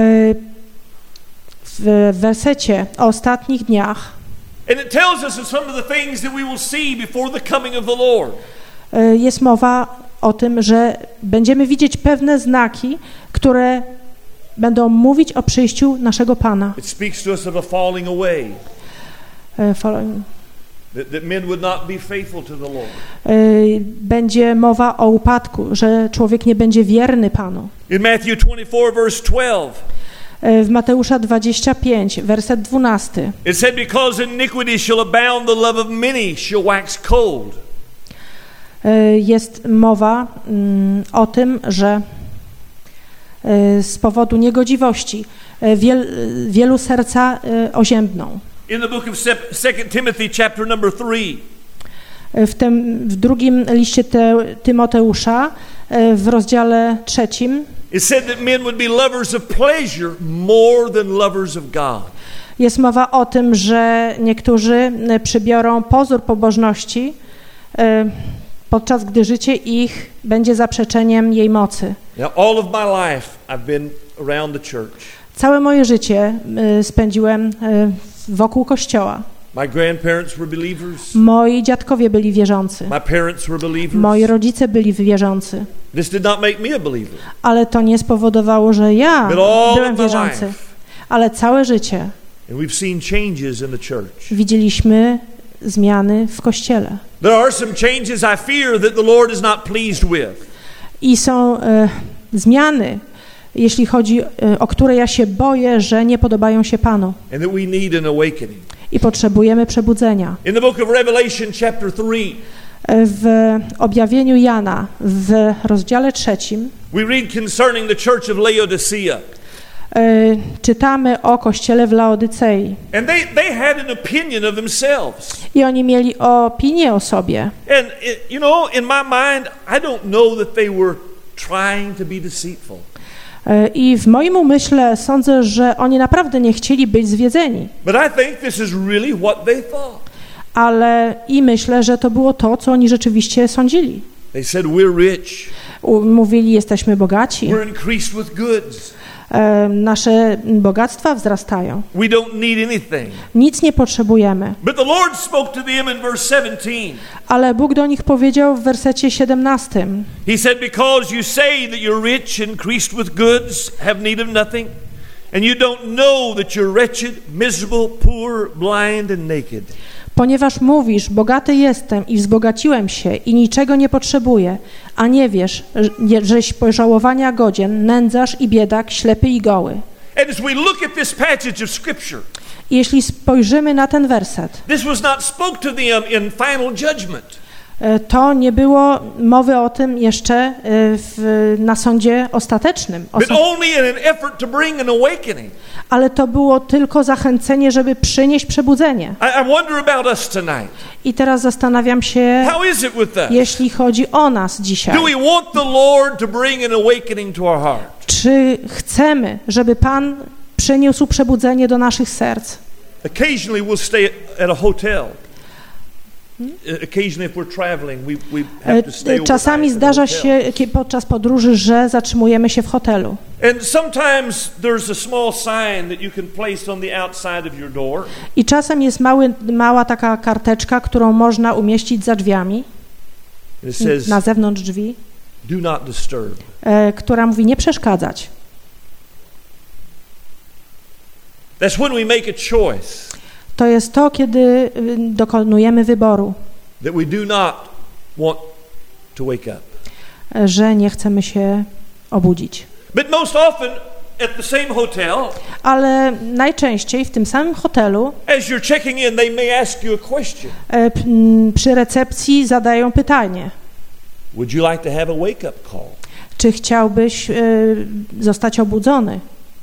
w wersecie o ostatnich dniach And it tells us of some of the things that we will see before the coming of the Lord. e, jest mowa o tym, że będziemy widzieć pewne znaki, które będą mówić o przyjściu naszego Pana. It speaks to us of a falling away, E, following- that, that men would not be faithful to the Lord. e, będzie mowa o upadku, że człowiek nie będzie wierny Panu. In Matthew twenty-four, verse twelve, E, w Mateusza dwadzieścia pięć, werset dwunasty. it said, because iniquity shall abound, the love of many shall wax cold. E, jest mowa mm, o tym, że e, z powodu niegodziwości e, wiel, wielu serca e, oziębną. In the book of Second Timothy, chapter number three, E, w tym w drugim liście te, Tymoteusza e, w rozdziale trzecim it said that men would be lovers of pleasure more than lovers of God. jest mowa o tym, że niektórzy e, przybiorą pozór pobożności, e, podczas gdy życie ich będzie zaprzeczeniem jej mocy. Now, all of my life, I've been around the church. Całe moje życie e, spędziłem e, wokół kościoła. My grandparents were believers. Moi dziadkowie byli wierzący. My parents were believers. Moi rodzice byli wierzący. This did not make me a believer. Ale to nie spowodowało, że ja But all byłem of my wierzący. life, Ale całe życie and we've seen changes in the church. widzieliśmy zmiany w Kościele. There are some changes I fear that the Lord is not pleased with. I są e, zmiany, jeśli chodzi, e, o które ja się boję, że nie podobają się Panu. And that we need an awakening. I potrzebujemy przebudzenia. In the book of Revelation, chapter three, E, w objawieniu Jana w rozdziale trzecim we read concerning the church of Laodicea. e, czytamy o Kościele w Laodycei. And they, they had an opinion of themselves. I oni mieli opinię o sobie. And, it, you know, in my mind, I don't know that they were trying to be deceitful. E, I w moim umyśle sądzę, że oni naprawdę nie chcieli być zwiedzeni. But I think this is really what they thought. Ale i myślę, że to było to, co oni rzeczywiście sądzili. They said, we're rich. U- Mówili, jesteśmy bogaci, We're increased with goods. e, nasze bogactwa wzrastają. We don't need anything. Nic nie potrzebujemy. But the Lord spoke to them in verse seventeen. Ale Bóg do nich powiedział w wersecie siedemnastym. He said, because you say that you're rich, increased with goods, have need of nothing, and you don't know that you're wretched, miserable, poor, blind and naked. Ponieważ mówisz, bogaty jestem i wzbogaciłem się i niczego nie potrzebuję, a nie wiesz, że- żeś pożałowania godzien, nędzarz i biedak, ślepy i goły. And as we look at this passage of Scripture, I jeśli spojrzymy na ten werset, this was not spoke to them in final judgment. e, to nie było mowy o tym jeszcze e, w, na sądzie ostatecznym, But Osta- only in an effort to bring an awakening. ale to było tylko zachęcenie, żeby przynieść przebudzenie. I, I wonder about us tonight. I teraz zastanawiam się, How is it with us? jeśli chodzi o nas dzisiaj. Do we want the Lord to bring an awakening to our heart? Czy chcemy, żeby Pan przyniósł przebudzenie do naszych serc? Occasionally we'll stay at, at a hotel. Occasionally if we're traveling, we, we have to stay E, Czasami overnight at a zdarza hotel. się kie- podczas podróży, że zatrzymujemy się w hotelu. And sometimes there's a small sign that you can place on the outside of your door. I czasem jest mały, mała taka karteczka, którą można umieścić za drzwiami, It says, na zewnątrz drzwi, do not disturb. e, która mówi nie przeszkadzać. That's when we make a choice To jest to, kiedy y, dokonujemy wyboru, that we do not want to wake up. e, że nie chcemy się obudzić. But most often at the same hotel, Ale najczęściej w tym samym hotelu as you're checking in, they may ask you a question. e, p- m, przy recepcji zadają pytanie, Would you like to have a wake-up call? czy chciałbyś e, zostać obudzony?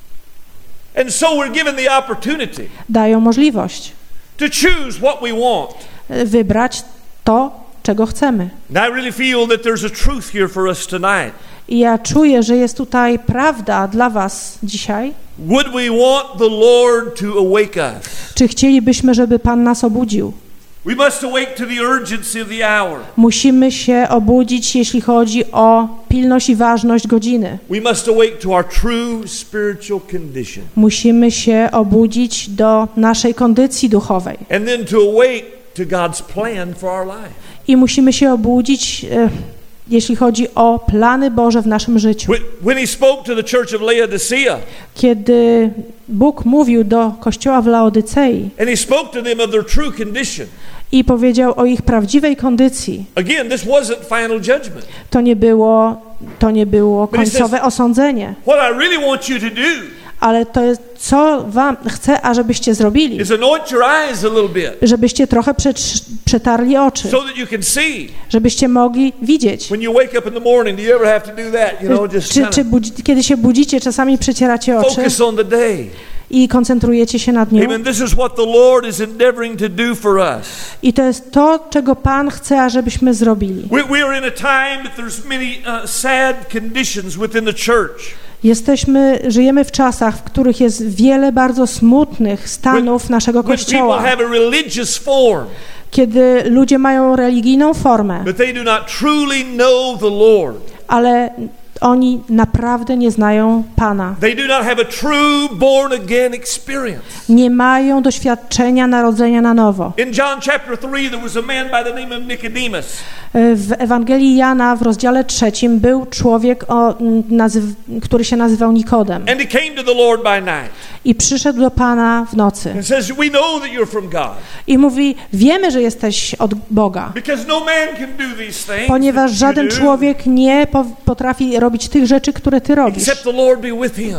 And so we're given the opportunity Dają możliwość to choose what we want. e, wybrać to, czego chcemy. And I really feel that there's a truth here for us tonight. I ja czuję, że jest tutaj prawda dla was dzisiaj. Would we want the Lord to awake us? Czy chcielibyśmy, żeby Pan nas obudził? We must awake to the urgency of the hour. Musimy się obudzić, jeśli chodzi o pilność i ważność godziny. We must awake to our true spiritual condition. Musimy się obudzić do naszej kondycji duchowej. And then to awake to God's plan for our life. I musimy się obudzić, e, jeśli chodzi o plany Boże w naszym życiu. When- When he spoke to the church of Laodicea, Kiedy Bóg mówił do kościoła w Laodycei and he spoke to them of their true condition. i powiedział o ich prawdziwej kondycji, Again, this wasn't final judgment. to nie było, to nie było końcowe osądzenie, What I really want you to do ale to jest, co wam chcę, ażebyście zrobili, is anoint your eyes a little bit żebyście trochę przetrz- przetarli oczy, so that you can see. żebyście mogli widzieć. When you wake up in the morning, do you ever have to do that? You know, just Czy, kind czy of budzi, kiedy się budzicie, czasami przecieracie oczy focus on the day. i koncentrujecie się na dniu. Amen. This is what the Lord is endeavoring to do for us. I to jest to, czego Pan chce, ażebyśmy zrobili. We, we are in a time that there's many uh, sad conditions within the church. Jesteśmy, żyjemy w czasach, w których jest wiele bardzo smutnych stanów naszego When people Kościoła, have a religious form, kiedy ludzie mają religijną formę, but they do not truly know the Lord. ale oni naprawdę nie znają Pana. They do not have a true born again experience. Nie mają doświadczenia narodzenia na nowo. In John chapter three, there was a man by the name of Nicodemus. W Ewangelii Jana w rozdziale trzecim był człowiek, o, nazyw, który się nazywał Nikodem And he came to the Lord by night i przyszedł do Pana w nocy and says, we know that you're from God, i mówi, wiemy, że jesteś od Boga, because no man can do these things ponieważ that żaden you do, człowiek nie po, potrafi robić tych rzeczy, które Ty robisz, except the Lord be with him.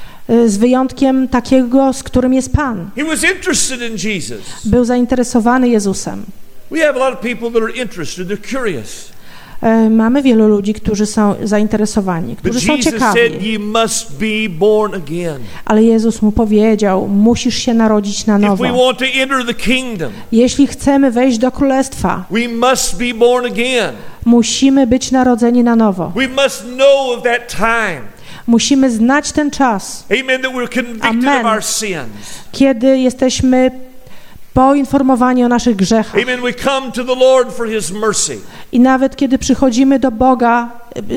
z wyjątkiem takiego, z którym jest Pan. He was interested in Jesus. Był zainteresowany Jezusem. We have a lot of people that are interested, they're curious. E, Mamy wielu ludzi, którzy są zainteresowani, But którzy są Jesus ciekawi, said, ye must be born again. ale Jezus mu powiedział, musisz się narodzić na If nowo. we want to enter the kingdom, Jeśli chcemy wejść do Królestwa, we must be born again. musimy być narodzeni na nowo. We must know of that time. Musimy znać ten czas, Amen, that we're convicted Amen. of our sins. kiedy jesteśmy poinformowani o naszych grzechach. Amen. We come to the Lord for His mercy. I nawet kiedy przychodzimy do Boga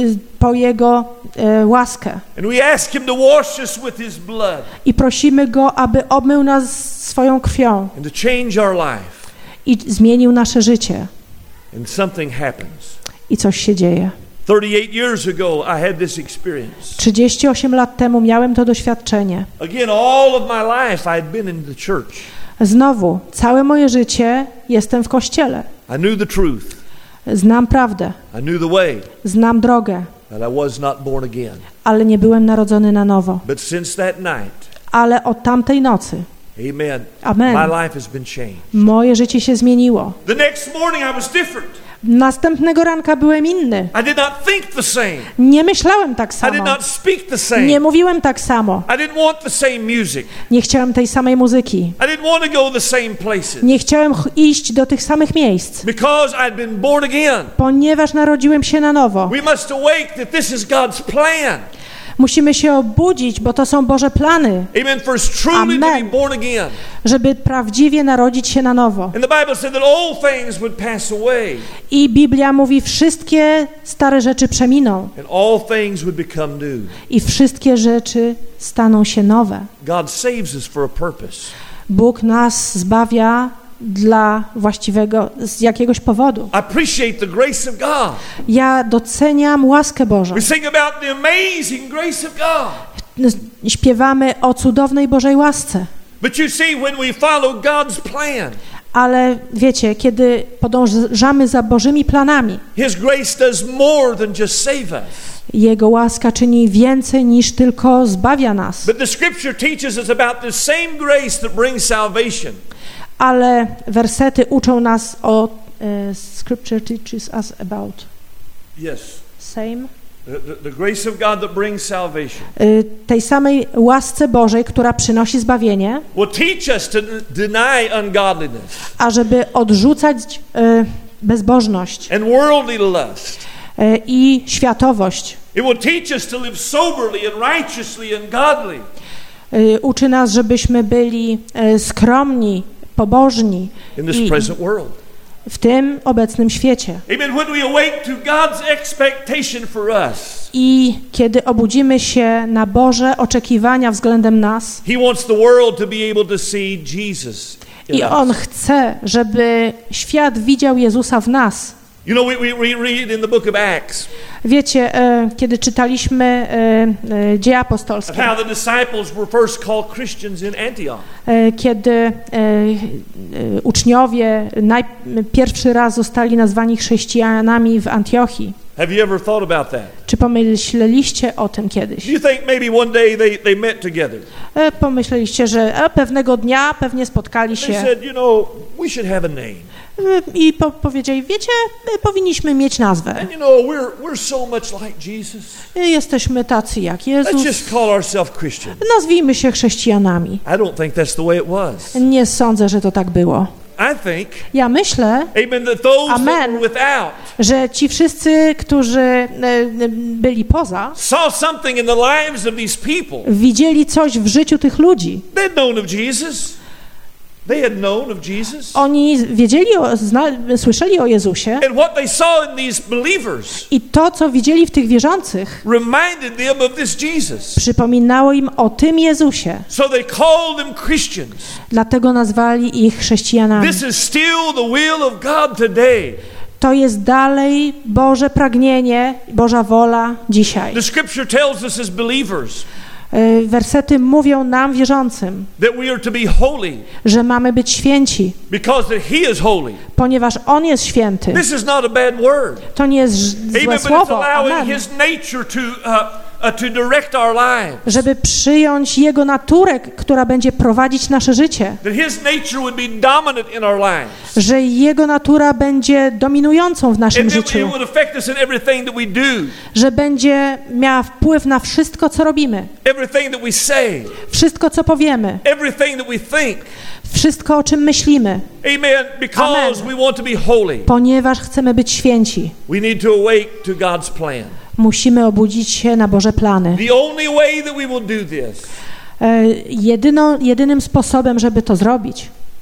po Jego e, łaskę And we ask Him to wash us with His blood. i prosimy Go, aby obmył nas swoją krwią And to change our life. i zmienił nasze życie. And something happens. I coś się dzieje. thirty-eight years ago I had this experience. trzydzieści osiem lat temu miałem to doświadczenie. Again, all of my life I had been in the church. Znowu, całe moje życie jestem w kościele. I knew the truth. Znam prawdę, I knew the way. znam drogę, But I was not born again. ale nie byłem narodzony na nowo. But since that night, Ale od tamtej nocy, amen, amen, my life has been changed. moje życie się zmieniło. The next morning I was different. Następnego ranka byłem inny. I did not think the same. Nie myślałem tak I did samo. not speak the same. Nie mówiłem tak samo. I didn't want the same music. Nie chciałem tej samej muzyki. I didn't want to go the same places. Nie chciałem ch- iść do tych samych miejsc, Because I'd been born again. ponieważ narodziłem się na nowo. We must awake that this is God's plan. Musimy się obudzić, bo to są Boże plany, Amen. For us truly to be Amen. born again. żeby prawdziwie narodzić się na nowo. And the Bible said that all things would pass away. I Biblia mówi, wszystkie stare rzeczy przeminą And all things would become new. i wszystkie rzeczy staną się nowe. God saves us for a purpose. Bóg nas zbawia dla właściwego, z jakiegoś powodu. I appreciate the grace of God. Ja doceniam łaskę Bożą. We sing about the amazing grace of God. Śpiewamy o cudownej Bożej łasce. But you see, when we follow God's plan, Ale wiecie, kiedy podążamy za Bożymi planami, His grace does more than just save us. Jego łaska czyni więcej niż tylko zbawia nas. But the Scripture teaches us about the same grace that brings salvation. Ale wersety uczą nas o e, Scripture teaches us about Yes. same The, the, the grace of God that brings salvation e, tej samej łasce Bożej, która przynosi zbawienie, will teach us to deny ungodliness a żeby odrzucać e, bezbożność and worldly lust. e, i światowość. It will teach us to live soberly and righteously and godly. E, uczy nas, żebyśmy byli e, skromni, pobożni In this i present world. w tym obecnym świecie. Amen. When we awake to God's expectation for us, I kiedy obudzimy się na Boże oczekiwania względem nas, He wants the world to be able to see Jesus in i us. On chce, żeby świat widział Jezusa w nas. You know, we, we, we read in the book of Acts Wiecie, e, kiedy czytaliśmy e, e, Dzieje of apostolskie, how the disciples were first called Christians in Antioch. e, kiedy e, e, uczniowie naj, pierwszy raz zostali nazwani chrześcijanami w Antiochii. Have you ever thought about that? Czy pomyśleliście o tym kiedyś? Do you think maybe one day they, they met together? E, pomyśleliście, że e, pewnego dnia pewnie spotkali They się said, you know, we should have a name. i po, powiedzieli, wiecie, my powinniśmy mieć nazwę. And you know, we're, we're so much like Jesus. Jesteśmy tacy jak Let's Jezus. just call ourselves Christians. Nazwijmy się chrześcijanami. I don't think that's the way it was. Nie sądzę, że to tak było. I think, Ja myślę, amen, that those that Amen. were without że ci wszyscy, którzy e, e, byli poza, saw something in the lives of these people. widzieli coś w życiu tych ludzi. They had known of Jesus. They had known of Jesus. Oni wiedzieli, o, zna, słyszeli o Jezusie And what they saw in these believers i to, co widzieli w tych wierzących, reminded them of this Jesus. przypominało im o tym Jezusie. So they called them Christians. Dlatego nazwali ich chrześcijanami. This is still the will of God today. To jest dalej Boże pragnienie, Boża wola dzisiaj. The scripture tells us as believers E, Wersety mówią nam, wierzącym, that we are to be holy że mamy być święci, because that He is holy. ponieważ On jest święty. This is not a bad word. To nie jest ż- złe Amen, but it's słowo, allowing amen. His nature to, uh, uh, to direct our lives. Żeby przyjąć Jego naturę, która będzie prowadzić nasze życie. That His nature would be dominant in our lives. Że Jego natura będzie dominującą w naszym And that it życiu. would affect us in everything that we do, Że będzie miała wpływ na wszystko, co robimy. everything that we say, Wszystko, co powiemy. everything that we think. Wszystko, o czym myślimy. Amen. Because Amen. we want to be holy. Ponieważ chcemy być święci. We need to awake to God's plan. Musimy obudzić się na Boże plany. The only way that we will do this E, jedyną, jedynym sposobem, żeby to zrobić,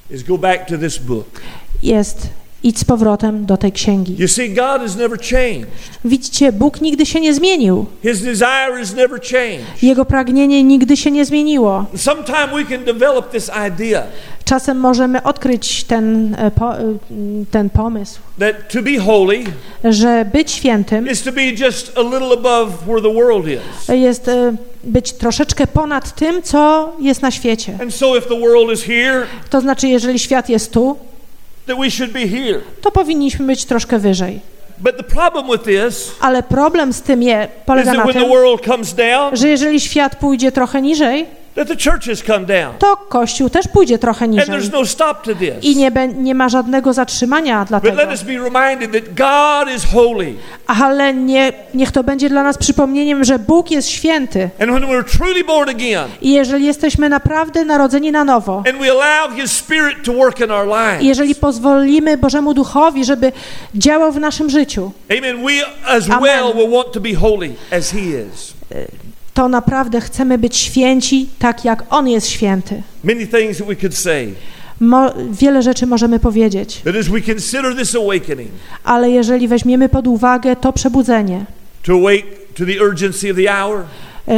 is go back to this book. jest idź z powrotem do tej księgi. You see, God has never changed. Widzicie, Bóg nigdy się nie zmienił. His desire has never changed. Jego pragnienie nigdy się nie zmieniło. Sometimes we can develop this idea Czasem możemy odkryć ten, e, po, e, ten pomysł, that to be holy że być świętym is to be just a little above where the world is. jest e, być troszeczkę ponad tym, co jest na świecie. And so if the world is here, To znaczy, jeżeli świat jest tu, that we should be here. to powinniśmy być troszkę wyżej. But the problem with this Ale problem z tym je, is polega that na when the tym, world comes down, że jeżeli świat pójdzie trochę niżej, that the churches come down. to Kościół też pójdzie trochę And niżej. there's no stop to this. I nie, be, nie ma żadnego zatrzymania dla But tego. let us be reminded that God is holy. Ale nie, niech to będzie dla nas przypomnieniem, że Bóg jest święty. And when we're truly born again, I jeżeli jesteśmy naprawdę narodzeni na nowo, and we allow His Spirit to work in our lives, i jeżeli pozwolimy Bożemu Duchowi, żeby działał w naszym życiu, amen, we as Amen. well will want to be holy as He is. to naprawdę chcemy być święci tak, jak On jest święty. Many things that we could say, Mo, wiele rzeczy możemy powiedzieć, that as we consider this awakening, ale jeżeli weźmiemy pod uwagę to przebudzenie, to awake to the urgency of the hour, y,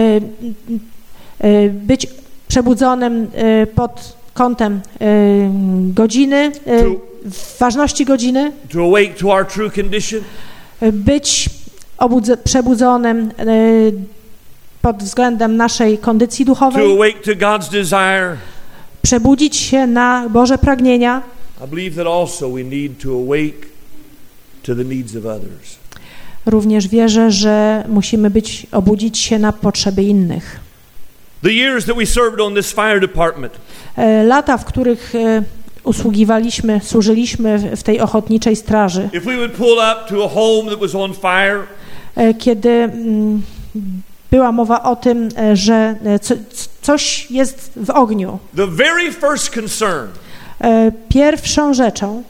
y, być przebudzonym y, pod kątem y, godziny, y, ważności godziny, to awake to our true condition, y, być obudze, przebudzonym y, pod względem naszej kondycji to duchowej, awake to God's desire, przebudzić się na Boże pragnienia. I believe that also we need to awake to the needs of others. Również wierzę, że musimy być, obudzić się na potrzeby innych. The years that we served on this fire department, E, Lata, w których e, usługiwaliśmy, służyliśmy w- w tej ochotniczej straży, if we would pull up to a home that was on fire, e, kiedy mm, była mowa o tym, e, że e, co, coś jest w ogniu. the very first concern E, Pierwszą rzeczą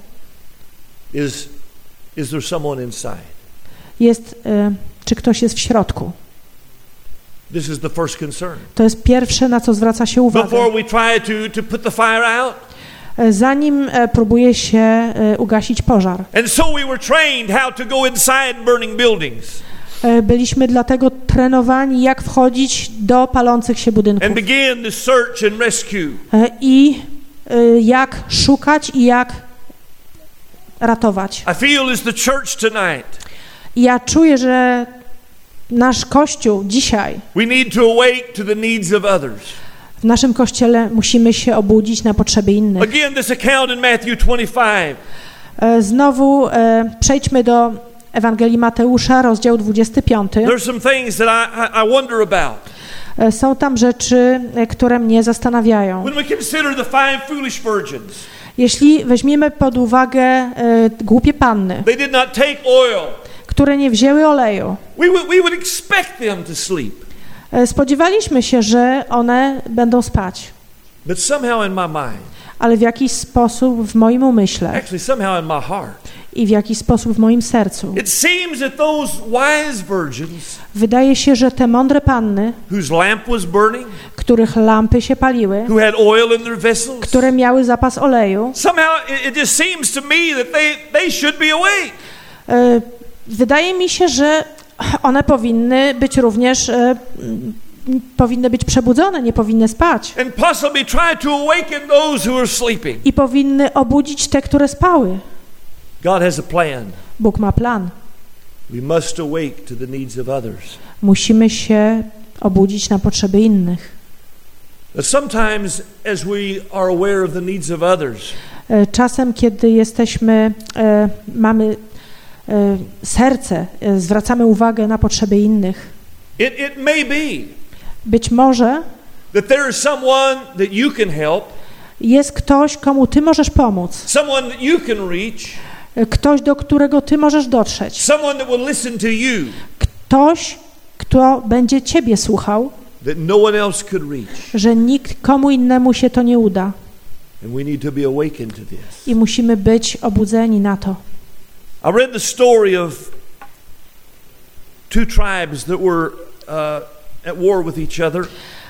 is, is there someone inside? jest, e, czy ktoś jest w środku. This is the first concern. To jest pierwsze, na co zwraca się uwagę. Before we try to, to put the fire out. E, Zanim e, próbuje się e, ugasić pożar. And so we were trained how to go inside burning buildings E, Byliśmy dlatego trenowani, jak wchodzić do palących się budynków and begin to search and rescue. E, i e, jak szukać i jak ratować. I feel as the church tonight, I ja czuję, że nasz Kościół dzisiaj, we need to awake to the needs of others. w naszym Kościele musimy się obudzić na potrzeby innych. Again, this account in Matthew twenty-five. E, Znowu e, przejdźmy do Ewangelii Mateusza, rozdział dwudziesty piąty. There's some things that I, I, I wonder about. E, Są tam rzeczy, e, które mnie zastanawiają. When we consider the five foolish virgins, Jeśli weźmiemy pod uwagę e, głupie panny, they did not take oil. które nie wzięły oleju, We would, we would expect them to sleep. e, spodziewaliśmy się, że one będą spać. But somehow in my mind, Ale w jakiś sposób w moim umyśle actually somehow in my heart, i w jakiś sposób w moim sercu it seems that those wise virgins wydaje się, że te mądre panny, whose lamp was burning, których lampy się paliły, who had oil in their vessels, które miały zapas oleju, somehow it, it just seems to me that they, they should be awake. e, wydaje mi się, że one powinny być również, e, m, powinny być przebudzone, nie powinny spać. And possibly try to awaken those who are sleeping. I powinny obudzić te, które spały. God has a plan. Bóg ma plan. We must awake to the needs of others. Musimy się obudzić na potrzeby innych. But sometimes as we are aware of the needs of others, E, Czasem, kiedy jesteśmy, e, mamy e, serce, e, zwracamy uwagę na potrzeby innych. it, it may be Być może that there is someone that you can help, jest ktoś, komu ty możesz pomóc. someone that you can reach, E, Ktoś, do którego ty możesz dotrzeć. someone that will listen to you Ktoś, kto będzie ciebie słuchał, that no one else could reach. że nikt komu innemu się to nie uda. And we need to be awakened to this. I musimy być obudzeni na to. I read the story of two tribes that were uh, at war with each other.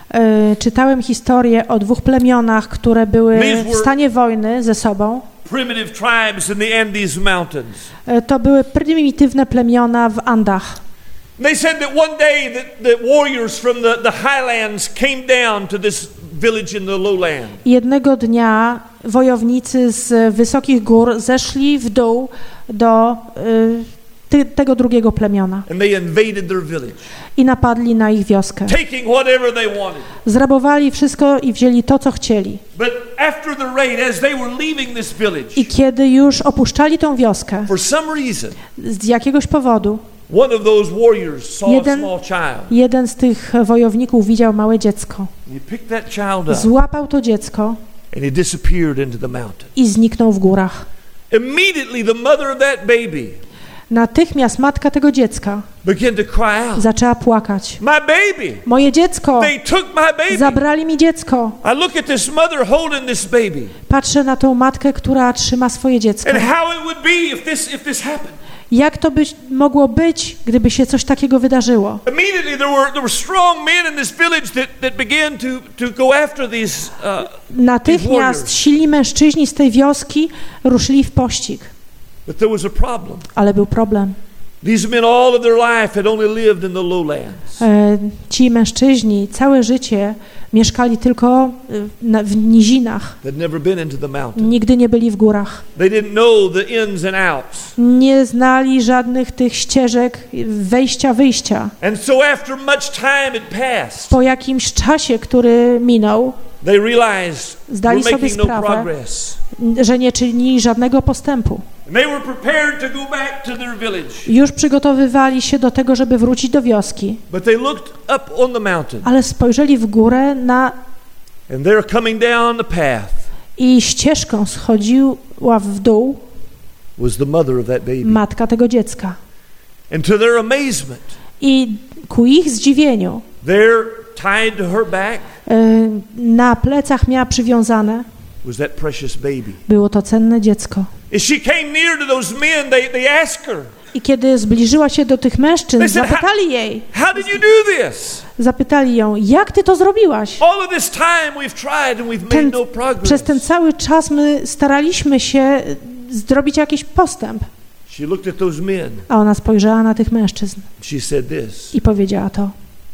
y, czytałem historię o dwóch plemionach, które były w stanie wojny ze sobą. Primitive tribes in the Andes Mountains. Y, to były prymitywne plemiona w Andach. They said that one day that the warriors from the, the highlands came down to this village in the lowland. Jednego dnia wojownicy z wysokich gór zeszli w dół do y, ty, tego drugiego plemiona And they invaded their village, i napadli na ich wioskę. taking whatever they wanted. Zrabowali wszystko i wzięli to, co chcieli. But after the raid, as they were leaving this village, I kiedy już opuszczali tą wioskę, for some reason, z jakiegoś powodu, one of those warriors saw jeden, a small child. jeden z tych wojowników widział małe dziecko. He picked that child up Złapał to dziecko and he disappeared into the mountain. i zniknął w górach. Immediately the mother of that baby Natychmiast matka tego dziecka began to cry out, zaczęła płakać. "My baby! Moje dziecko! They took my baby!" Zabrali mi dziecko. I look at this mother holding this baby. Patrzę na tą matkę, która trzyma swoje dziecko. And how it would be if this if this happened. Jak to by mogło być, gdyby się coś takiego wydarzyło? Immediately there were there were strong men in this village that that began to to go after these uh, Natychmiast silni mężczyźni z tej wioski ruszyli w pościg. But there was a problem. Ale był problem. These men all of their life had only lived in the lowlands. E, ci mężczyźni całe życie mieszkali tylko e, na, w nizinach. They'd never been into the mountain. Nigdy nie byli w górach. They didn't know the ins and outs. Nie znali żadnych tych ścieżek wejścia, wyjścia. And so after much time had passed, Po jakimś czasie, który minął, they realized zdali we're sobie making no sprawę, progress. że nie czynili żadnego postępu. And they were prepared to go back to their village. Już przygotowywali się do tego, żeby wrócić do wioski. But they looked up on the mountain. Ale spojrzeli w górę na And they're coming down the path. i ścieżką schodziła w dół Was the mother of that baby. matka tego dziecka. And to their amazement, I ku ich zdziwieniu there tied to her back y, na plecach miała przywiązane, was that precious baby. było to cenne dziecko. As she came near to those men, they, they asked her, I kiedy zbliżyła się do tych mężczyzn, They said, zapytali jej, "How did you do this? zapytali ją, jak ty to zrobiłaś? All of this time we've tried and we've made Ten, no progress." przez ten cały czas my staraliśmy się zrobić jakiś postęp. She looked at those men. A ona spojrzała na tych mężczyzn She said this, i powiedziała to,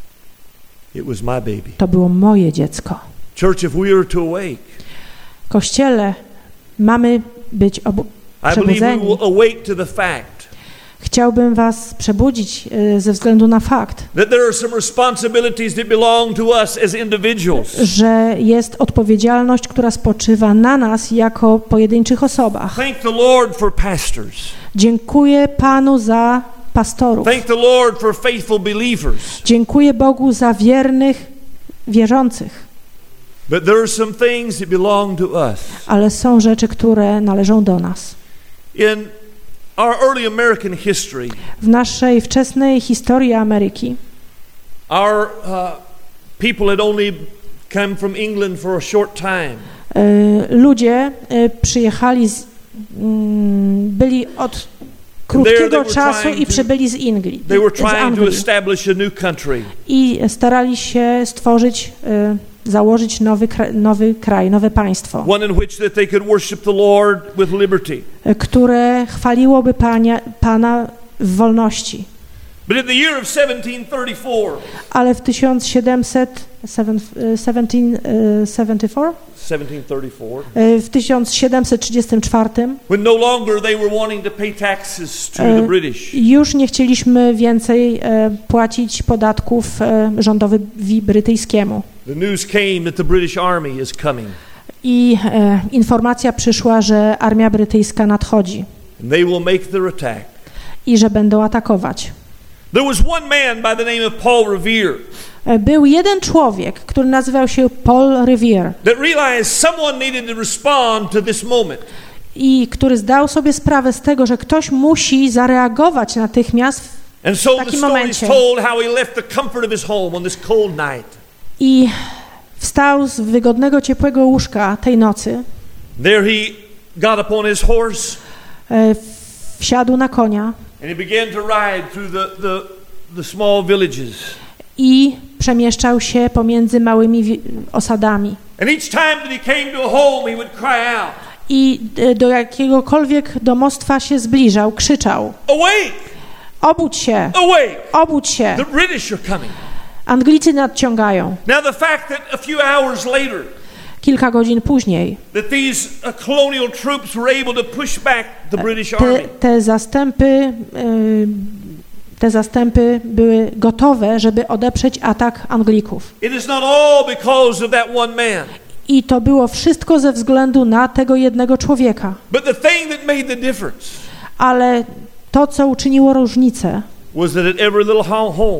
"It was my baby." to było moje dziecko. Church, if we are to awake, Kościele, mamy być obu- I believe we przebudzeni. will awake to the fact Chciałbym was przebudzić y, ze względu na fakt, that there are some responsibilities that belong to us as individuals. że jest odpowiedzialność, która spoczywa na nas jako pojedynczych osobach. Thank the Lord for pastors. Dziękuję Panu za pastorów. Thank the Lord for faithful believers. Dziękuję Bogu za wiernych wierzących. But there are some things that belong to us. Ale są rzeczy, które należą do nas. In our early American history, W naszej wczesnej historii Ameryki our uh, people had only come from England for a short time. y, ludzie y, przyjechali, z, mm, byli od krótkiego czasu i przybyli z Anglii, They were z trying to Anglii establish a new country. i starali się stworzyć, y, założyć nowy, kra- nowy kraj, nowe państwo, One in which that they could worship the Lord with liberty. y, które chwaliłoby Pania, Pana w wolności. But in the year of seventeen thirty-four, Ale w tysiąc siedemset siedemdziesiąt cztery, seventeen thirty-four, y, w tysiąc siedemset trzydziestym czwartym when no longer they were wanting to pay taxes to E, the British, już nie chcieliśmy więcej e, płacić podatków e, rządowi brytyjskiemu. the news came that the British Army is coming. I e, informacja przyszła, że armia brytyjska nadchodzi And they will make their attack. i że będą atakować. There was one man by the name of Paul Revere E, był jeden człowiek, który nazywał się Paul Revere that realized someone needed to respond to this moment. i który zdał sobie sprawę z tego, że ktoś musi zareagować natychmiast And so w the takim story is momencie. told how he left the comfort of his home on this cold night. I wstał z wygodnego, ciepłego łóżka tej nocy, There he got upon his horse e, wsiadł na konia and he began to ride through the, the, the small villages. i przemieszczał się pomiędzy małymi wi- osadami. And each time that he came to a home, he would cry out, I y, do jakiegokolwiek domostwa się zbliżał, krzyczał: "Awake! obudź się, Awake! obudź się, The British are coming." Anglicy nadciągają. Now the fact that a few hours later Kilka godzin później that these uh, colonial troops were able to push back the British te, army. te zastępy y, te zastępy były gotowe, żeby odeprzeć atak Anglików. It is not all because of that one man. I to było wszystko ze względu na tego jednego człowieka. But the thing that made the difference Ale to, co uczyniło różnicę, was that at every little ho- home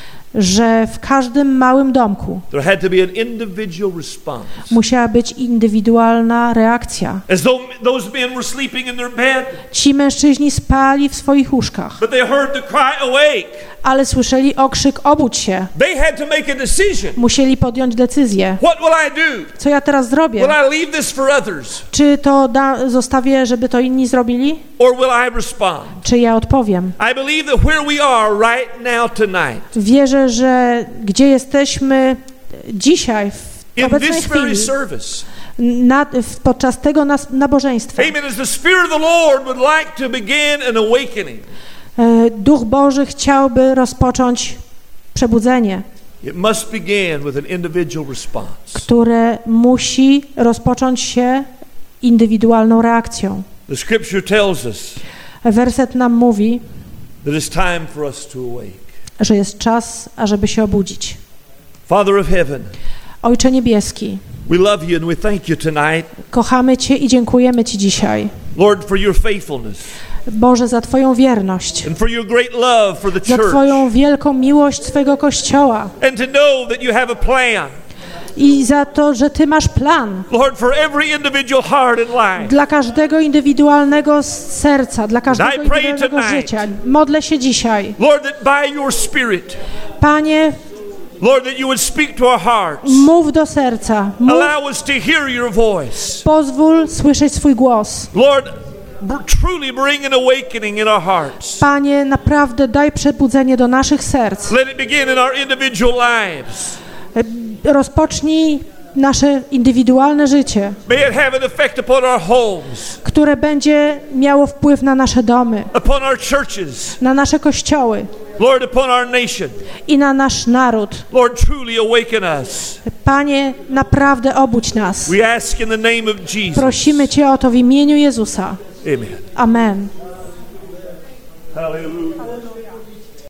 że w każdym małym domku there had to be an individual response. musiała być indywidualna reakcja. As though those men were sleeping in their bed, Ci mężczyźni spali w swoich łóżkach, but they heard the cry, "Awake!" ale słyszeli okrzyk: obudź się. They had to make a decision. Musieli podjąć decyzję. What will I do? Co ja teraz zrobię? Will I leave this for others, Czy to da, zostawię, żeby to inni zrobili? or will I respond? Czy ja odpowiem? I believe that where we are right now tonight, Wierzę, że gdzie jesteśmy dzisiaj, w in obecnej this very chwili, service, na, w, podczas tego nas, nabożeństwa, amen, as the Spirit of the Lord would like to begin an awakening, e, Duch Boży chciałby rozpocząć przebudzenie, it must begin with an individual response. które musi rozpocząć się indywidualną reakcją. The Scripture tells us Werset nam mówi, that it's time for us to awake. że jest czas, ażeby się obudzić. Father of heaven, Ojcze Niebieski, we love you and we thank you tonight, kochamy Cię i dziękujemy Ci dzisiaj, Lord, for your faithfulness Boże, za Twoją wierność, and for your great love for the za church, Twoją wielką miłość swego Kościoła and to know that you have a plan, i za to, że Ty masz plan Lord, for every individual heart and life. dla każdego indywidualnego serca, dla każdego I pray indywidualnego tonight, życia. Modlę się dzisiaj, Lord, that by your Spirit, Panie, Lord, that you would speak to our hearts, mów do serca, mów, allow us to hear your voice. pozwól słyszeć swój głos. Lord, br- truly bring an awakening in our hearts. Panie, naprawdę daj przebudzenie do naszych serc. Let it begin in our individual lives. Rozpocznij nasze indywidualne życie, May it have an effect upon our homes, które będzie miało wpływ na nasze domy, upon our churches, na nasze kościoły Lord, upon our nation. i na nasz naród. Lord, truly awaken us. Panie, naprawdę obudź nas. We ask in the name of Jesus. Prosimy Cię o to w imieniu Jezusa. Amen. Amen. Hallelujah.